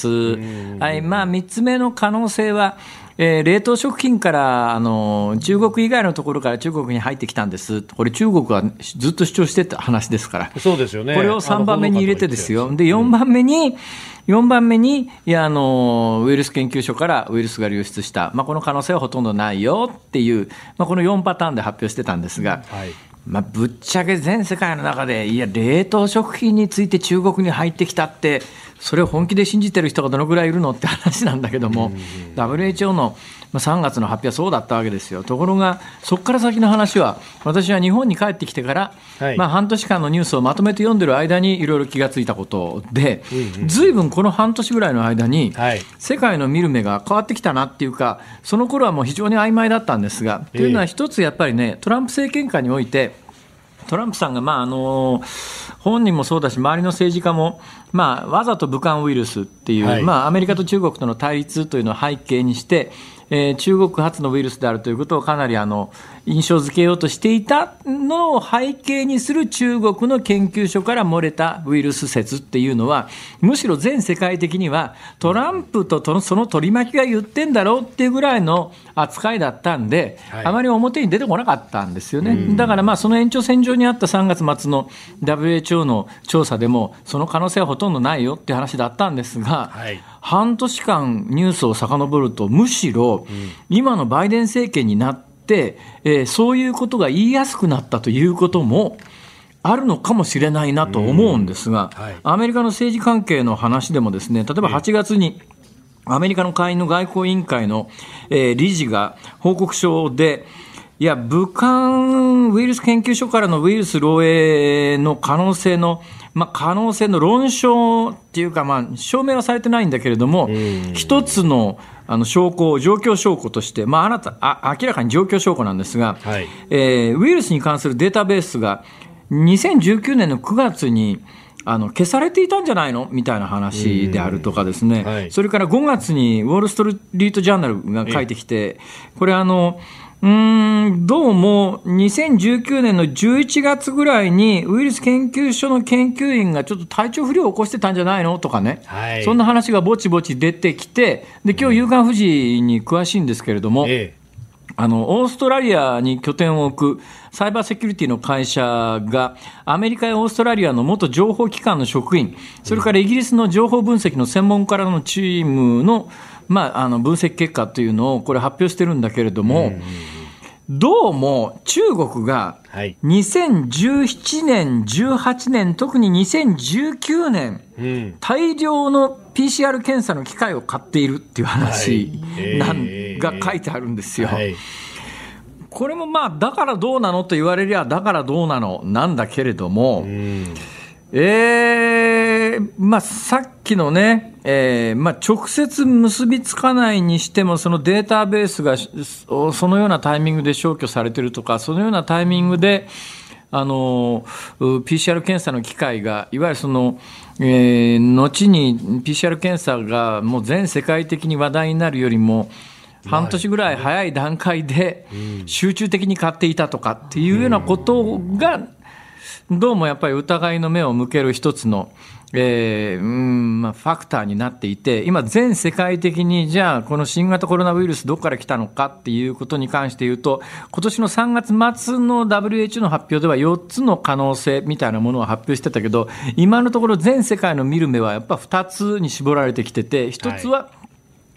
。3つ目の可能性は、冷凍食品から中国以外のところから中国に入ってきたんです。これ中国はずっと主張してた話ですから。 そうですよね。 これを3番目に入れてですよ。で4番目にウイルス研究所からウイルスが流出した、この可能性はほとんどないよっていう、この4パターンで発表してたんですが、ぶっちゃけ全世界の中で冷凍食品について中国に入ってきたってそれを本気で信じてる人がどのくらいいるのって話なんだけども、WHO の3月の発表はそうだったわけですよ。ところがそこから先の話は私は日本に帰ってきてから、半年間のニュースをまとめて読んでる間にいろいろ気がついたことで、ずいぶんこの半年ぐらいの間に世界の見る目が変わってきたなっていうか、その頃はもう非常に曖昧だったんですが、というのは一つやっぱりね、トランプ政権下においてトランプさんが本人もそうだし周りの政治家もわざと武漢ウイルスっていう、アメリカと中国との対立というのを背景にして、中国発のウイルスであるということをかなり印象付けようとしていたのを背景にする中国の研究所から漏れたウイルス説っていうのは、むしろ全世界的にはトランプとその取り巻きが言ってんだろうっていうぐらいの扱いだったんで、あまり表に出てこなかったんですよね。だからその延長線上にあった3月末の WHO の調査でもその可能性はほとんどないよって話だったんですが、半年間ニュースを遡るとむしろ今のバイデン政権になってそういうことが言いやすくなったということもあるのかもしれないなと思うんですが、アメリカの政治関係の話でもですね、例えば8月にアメリカの下院の外交委員会の理事が報告書で、武漢ウイルス研究所からのウイルス漏洩の可能性の論証っていうか、証明はされてないんだけれども、一つの状況証拠として、明らかに状況証拠なんですが、ウイルスに関するデータベースが2019年の9月に消されていたんじゃないのみたいな話であるとかですね、それから5月にウォール・ストリート・ジャーナルが書いてきて、これどうも2019年の11月ぐらいにウイルス研究所の研究員がちょっと体調不良を起こしてたんじゃないのとかね、そんな話がぼちぼち出てきて、で今日夕刊フジに詳しいんですけれども、オーストラリアに拠点を置くサイバーセキュリティの会社がアメリカやオーストラリアの元情報機関の職員、それからイギリスの情報分析の専門家らのチームの分析結果というのをこれ発表してるんだけれども、どうも中国が2017年、18年、特に2019年、大量の PCR 検査の機械を買っているっていう話が書いてあるんですよ。これもだからどうなのと言われりゃだからどうなのなんだけれども、さっきのね、直接結びつかないにしても、そのデータベースがそのようなタイミングで消去されているとか、そのようなタイミングでPCR 検査の機会がいわゆる後に PCR 検査がもう全世界的に話題になるよりも半年ぐらい早い段階で集中的に買っていたとかっていうようなことがどうもやっぱり疑いの目を向ける一つのファクターになっていて、今全世界的にじゃあこの新型コロナウイルスどこから来たのかっていうことに関して言うと、今年の3月末の WHO の発表では4つの可能性みたいなものを発表してたけど、今のところ全世界の見る目はやっぱ2つに絞られてきてて、1つは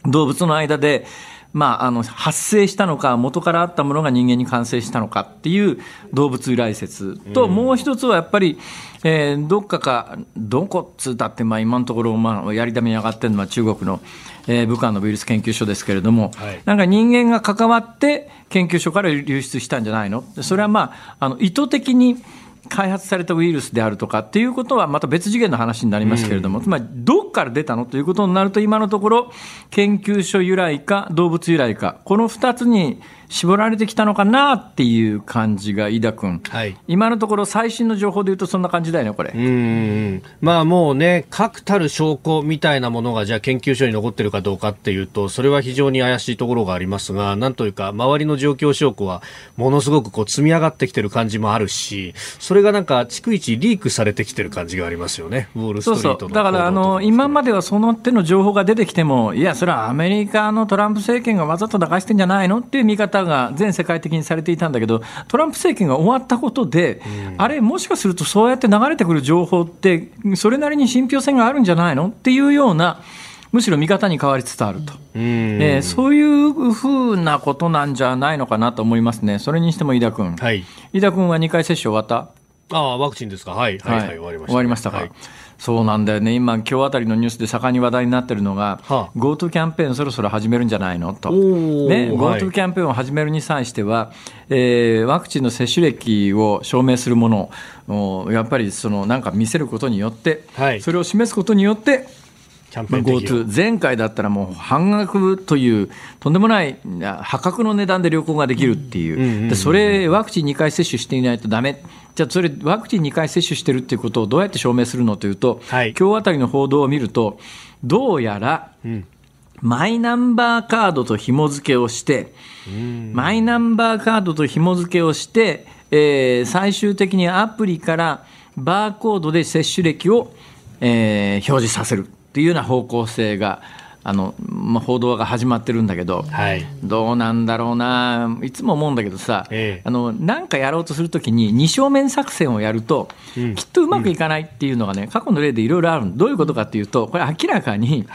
動物の間で、発生したのか、元からあったものが人間に感染したのかっていう動物由来説と、もう一つはやっぱり、どこっつったって、今のところ、やり玉に上がってるのは中国の、武漢のウイルス研究所ですけれども、なんか人間が関わって研究所から流出したんじゃないの？それは意図的に開発されたウイルスであるとかっていうことはまた別次元の話になりますけれども、つまりどっから出たのということになると、今のところ研究所由来か動物由来か、この2つに絞られてきたのかなっていう感じが、飯田君、今のところ最新の情報でいうとそんな感じだよね、これ。 もうね、確たる証拠みたいなものがじゃあ研究所に残ってるかどうかっていうと、それは非常に怪しいところがありますが、なんというか周りの状況証拠はものすごく積み上がってきてる感じもあるし、それがなんか逐一リークされてきてる感じがありますよね、ウォールストリートの。 そうそう、だから今まではその手の情報が出てきても、いやそれはアメリカのトランプ政権がわざと流してんじゃないのっていう見方が全世界的にされていたんだけど、トランプ政権が終わったことで、あれもしかするとそうやって流れてくる情報ってそれなりに信憑性があるんじゃないのっていうような、むしろ見方に変わりつつあると、そういうふうなことなんじゃないのかなと思いますね。それにしても飯田君、飯田君は2回接種終わった？ ワクチンですか？はい、終わりました。 終わりましたか？そうなんだよね。今日あたりのニュースで盛んに話題になってるのが、GoTo キャンペーンそろそろ始めるんじゃないのと、GoTo キャンペーンを始めるに際しては、ワクチンの接種歴を証明するものをやっぱりなんか見せることによって、それを示すことによって、GoTo、前回だったらもう半額というとんでもない破格の値段で旅行ができるっていう、でそれワクチン2回接種していないとダメ。じゃあそれワクチン2回接種してるっていうことをどうやって証明するのというと、今日あたりの報道を見ると、どうやらマイナンバーカードと紐付けをして、マイナンバーカードと紐付けをして、最終的にアプリからバーコードで接種歴を、表示させるっていうような方向性が報道が始まってるんだけど、どうなんだろうな。いつも思うんだけどさ、なんかやろうとするときに二正面作戦をやると、きっとうまくいかないっていうのがね、過去の例でいろいろある。どういうことかっていうと、これ明らかに、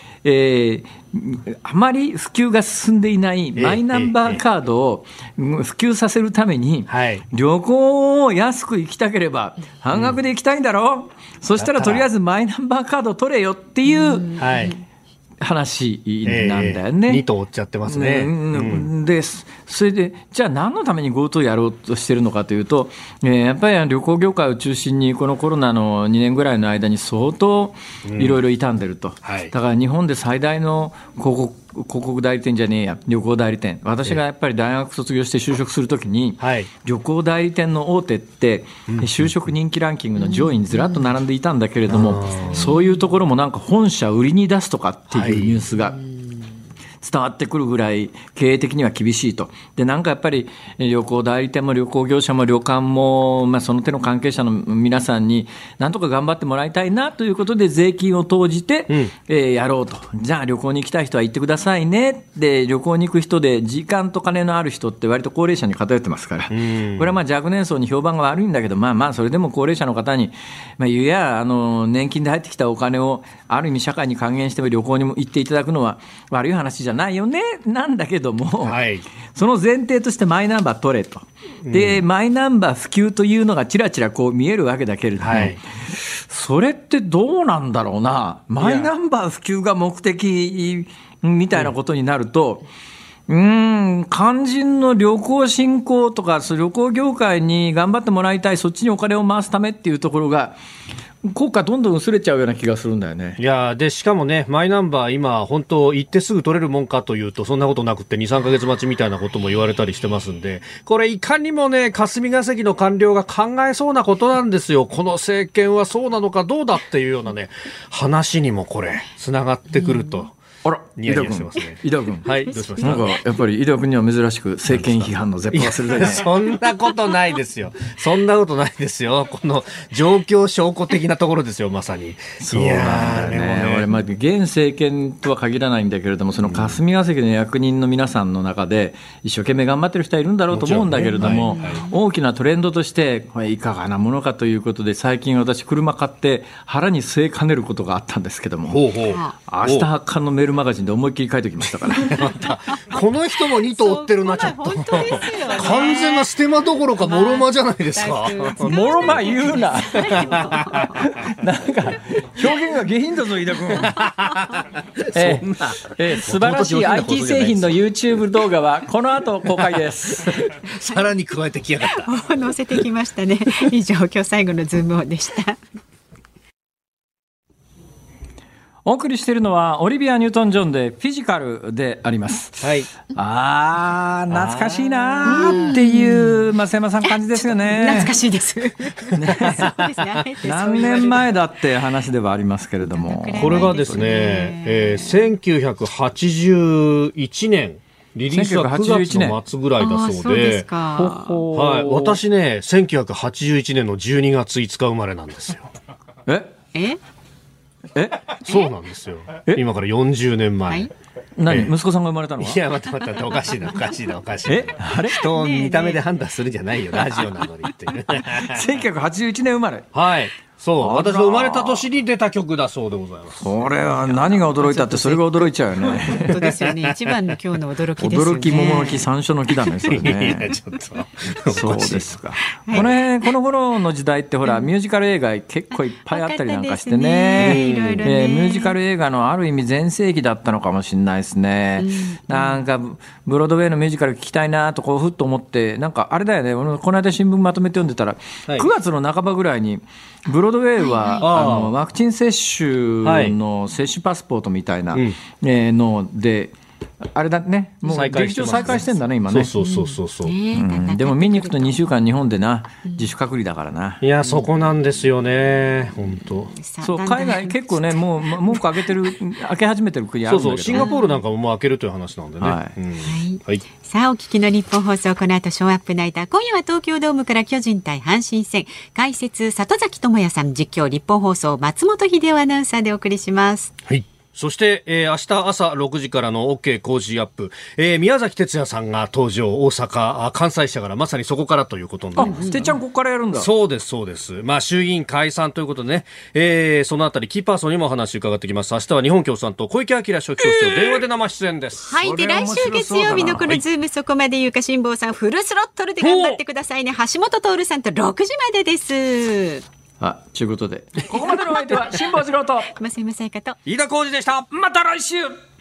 あまり普及が進んでいないマイナンバーカードを普及させるために、旅行を安く行きたければ半額で行きたいんだろう、そしたらとりあえずマイナンバーカード取れよっていう話なんだよね。 2頭追っちゃってますね。 でそれでじゃあ何のために GoTo やろうとしてるのかというと、やっぱり旅行業界を中心にこのコロナの2年ぐらいの間に相当いろいろ傷んでると、だから日本で最大の広告代理店じゃねえや、旅行代理店。私がやっぱり大学卒業して就職するときに、旅行代理店の大手って就職人気ランキングの上位にずらっと並んでいたんだけれども、そういうところもなんか本社売りに出すとかっていうニュースが伝わってくるぐらい経営的には厳しいと。でなんかやっぱり旅行代理店も旅行業者も旅館も、その手の関係者の皆さんになんとか頑張ってもらいたいなということで税金を投じて、やろうと。じゃあ旅行に行きたい人は行ってくださいね。で旅行に行く人で時間と金のある人って割と高齢者に偏ってますから、これは若年層に評判が悪いんだけど、それでも高齢者の方に、年金で入ってきたお金をある意味社会に還元して旅行にも行っていただくのは悪い話じゃないよね、なんだけども、その前提としてマイナンバー取れと。で、マイナンバー普及というのがちらちらこう見えるわけだけれども、それってどうなんだろうな。マイナンバー普及が目的みたいなことになると、肝心の旅行振興とか旅行業界に頑張ってもらいたい、そっちにお金を回すためっていうところが効果どんどん薄れちゃうような気がするんだよね。 いやでしかもね、マイナンバー今本当行ってすぐ取れるもんかというとそんなことなくて 2,3 ヶ月待ちみたいなことも言われたりしてますんで、これいかにもね霞が関の官僚が考えそうなことなんですよ。この政権はそうなのかどうだっていうようなね話にもこれつながってくると。 あら、 ニヤニヤしてますね。 井田君。 はい、どうしました？ なんか、やっぱり井田君には珍しく政権批判の絶対忘れたいね。 そんなことないですよ。そんなことないですよ。この状況証拠的なところですよ、まさに。 そうなんだよね。俺、現政権とは限らないんだけれども、その霞が関の役人の皆さんの中で、一生懸命頑張ってる人はいるんだろうと思うんだけれども、大きなトレンドとして、これいかがなものかということで、最近私、車買って腹に据えかねることがあったんですけども、明日発刊のメルルマガジンで思いっきり書いておきましたからこの人も2頭追ってるな、ちょっと本当ですよ、ね、 完全なステマどころかモロマじゃないですか。 モロマ言うななんか表現が下品だぞ飯田君素晴らしい IT 製品の YouTube 動画はこの後公開ですさらに加えてきやがった載せてきましたね。以上、今日最後のズームオンでした。 お送りしているのはオリビア・ニュートン・ジョンでフィジカルであります、 はい、 懐かしいなっていう増山さん感じですよね。 懐かしいです、ね、 何年前だって話ではありますけれども、 これがですね、1981年リリースは9月の末ぐらいだそうで、はい、私ね1981年の12月5日生まれなんですよ。そうなんですよ。今から40年前、はい、 何、息子さんが生まれたのは。 いや待っておかしいなあれ人を見た目で判断するんじゃないよ、ラジオなのにって 1981年生まれ。 はい、そう、私の生まれた年に出た曲だそうでございます。 これは何が驚いたってそれが驚いちゃうよね。 本当ですよね。一番の今日の驚きですよね。 驚き桃の木山椒の木だね、それね。 いやちょっとそうですか、はい、この頃の時代ってほら、ミュージカル映画結構いっぱいあったりなんかしてね、ミュージカル映画のある意味全盛期だったのかもしれないですね、なんかブロードウェイのミュージカル聞きたいなとこうふっと思って、なんかあれだよね、この間新聞まとめて読んでたら、9月の半ばぐらいにブロードウェイは、ワクチン接種の接種パスポートみたいなので、あれだね、もう劇場再開してんだね今ね。 そう、 でも見に行くと2週間日本でな、自主隔離だからな。 いやそこなんですよね、本当。 そう、海外結構ね、もう文句開け始めてる国あるんだけど、 シンガポールなんかももう開けるという話なんでね。 さあ、お聞きの日本放送、この後ショーアップナイター、今夜は東京ドームから巨人対阪神戦、解説里崎智也さん、実況日本放送松本秀夫アナウンサーでお送りします。 はい。そして、明日朝6時からの OK 工事アップ、宮崎哲也さんが登場、大阪関西社からまさにそこからということになります。 てっちゃんここからやるんだ。 そうです。まあ衆議院解散ということでね、そのあたりキーパーソンにもお話伺ってきます。明日は日本共産党小池晃書記長電話で生出演です。 はい。で来週月曜日のこのズームそこまで言うか、辛坊さんフルスロットルで頑張ってくださいね。橋本徹さんと6時までです。 ということで、ここまでの相手は辛坊治郎と増山さやかと飯田浩司でした。また来週。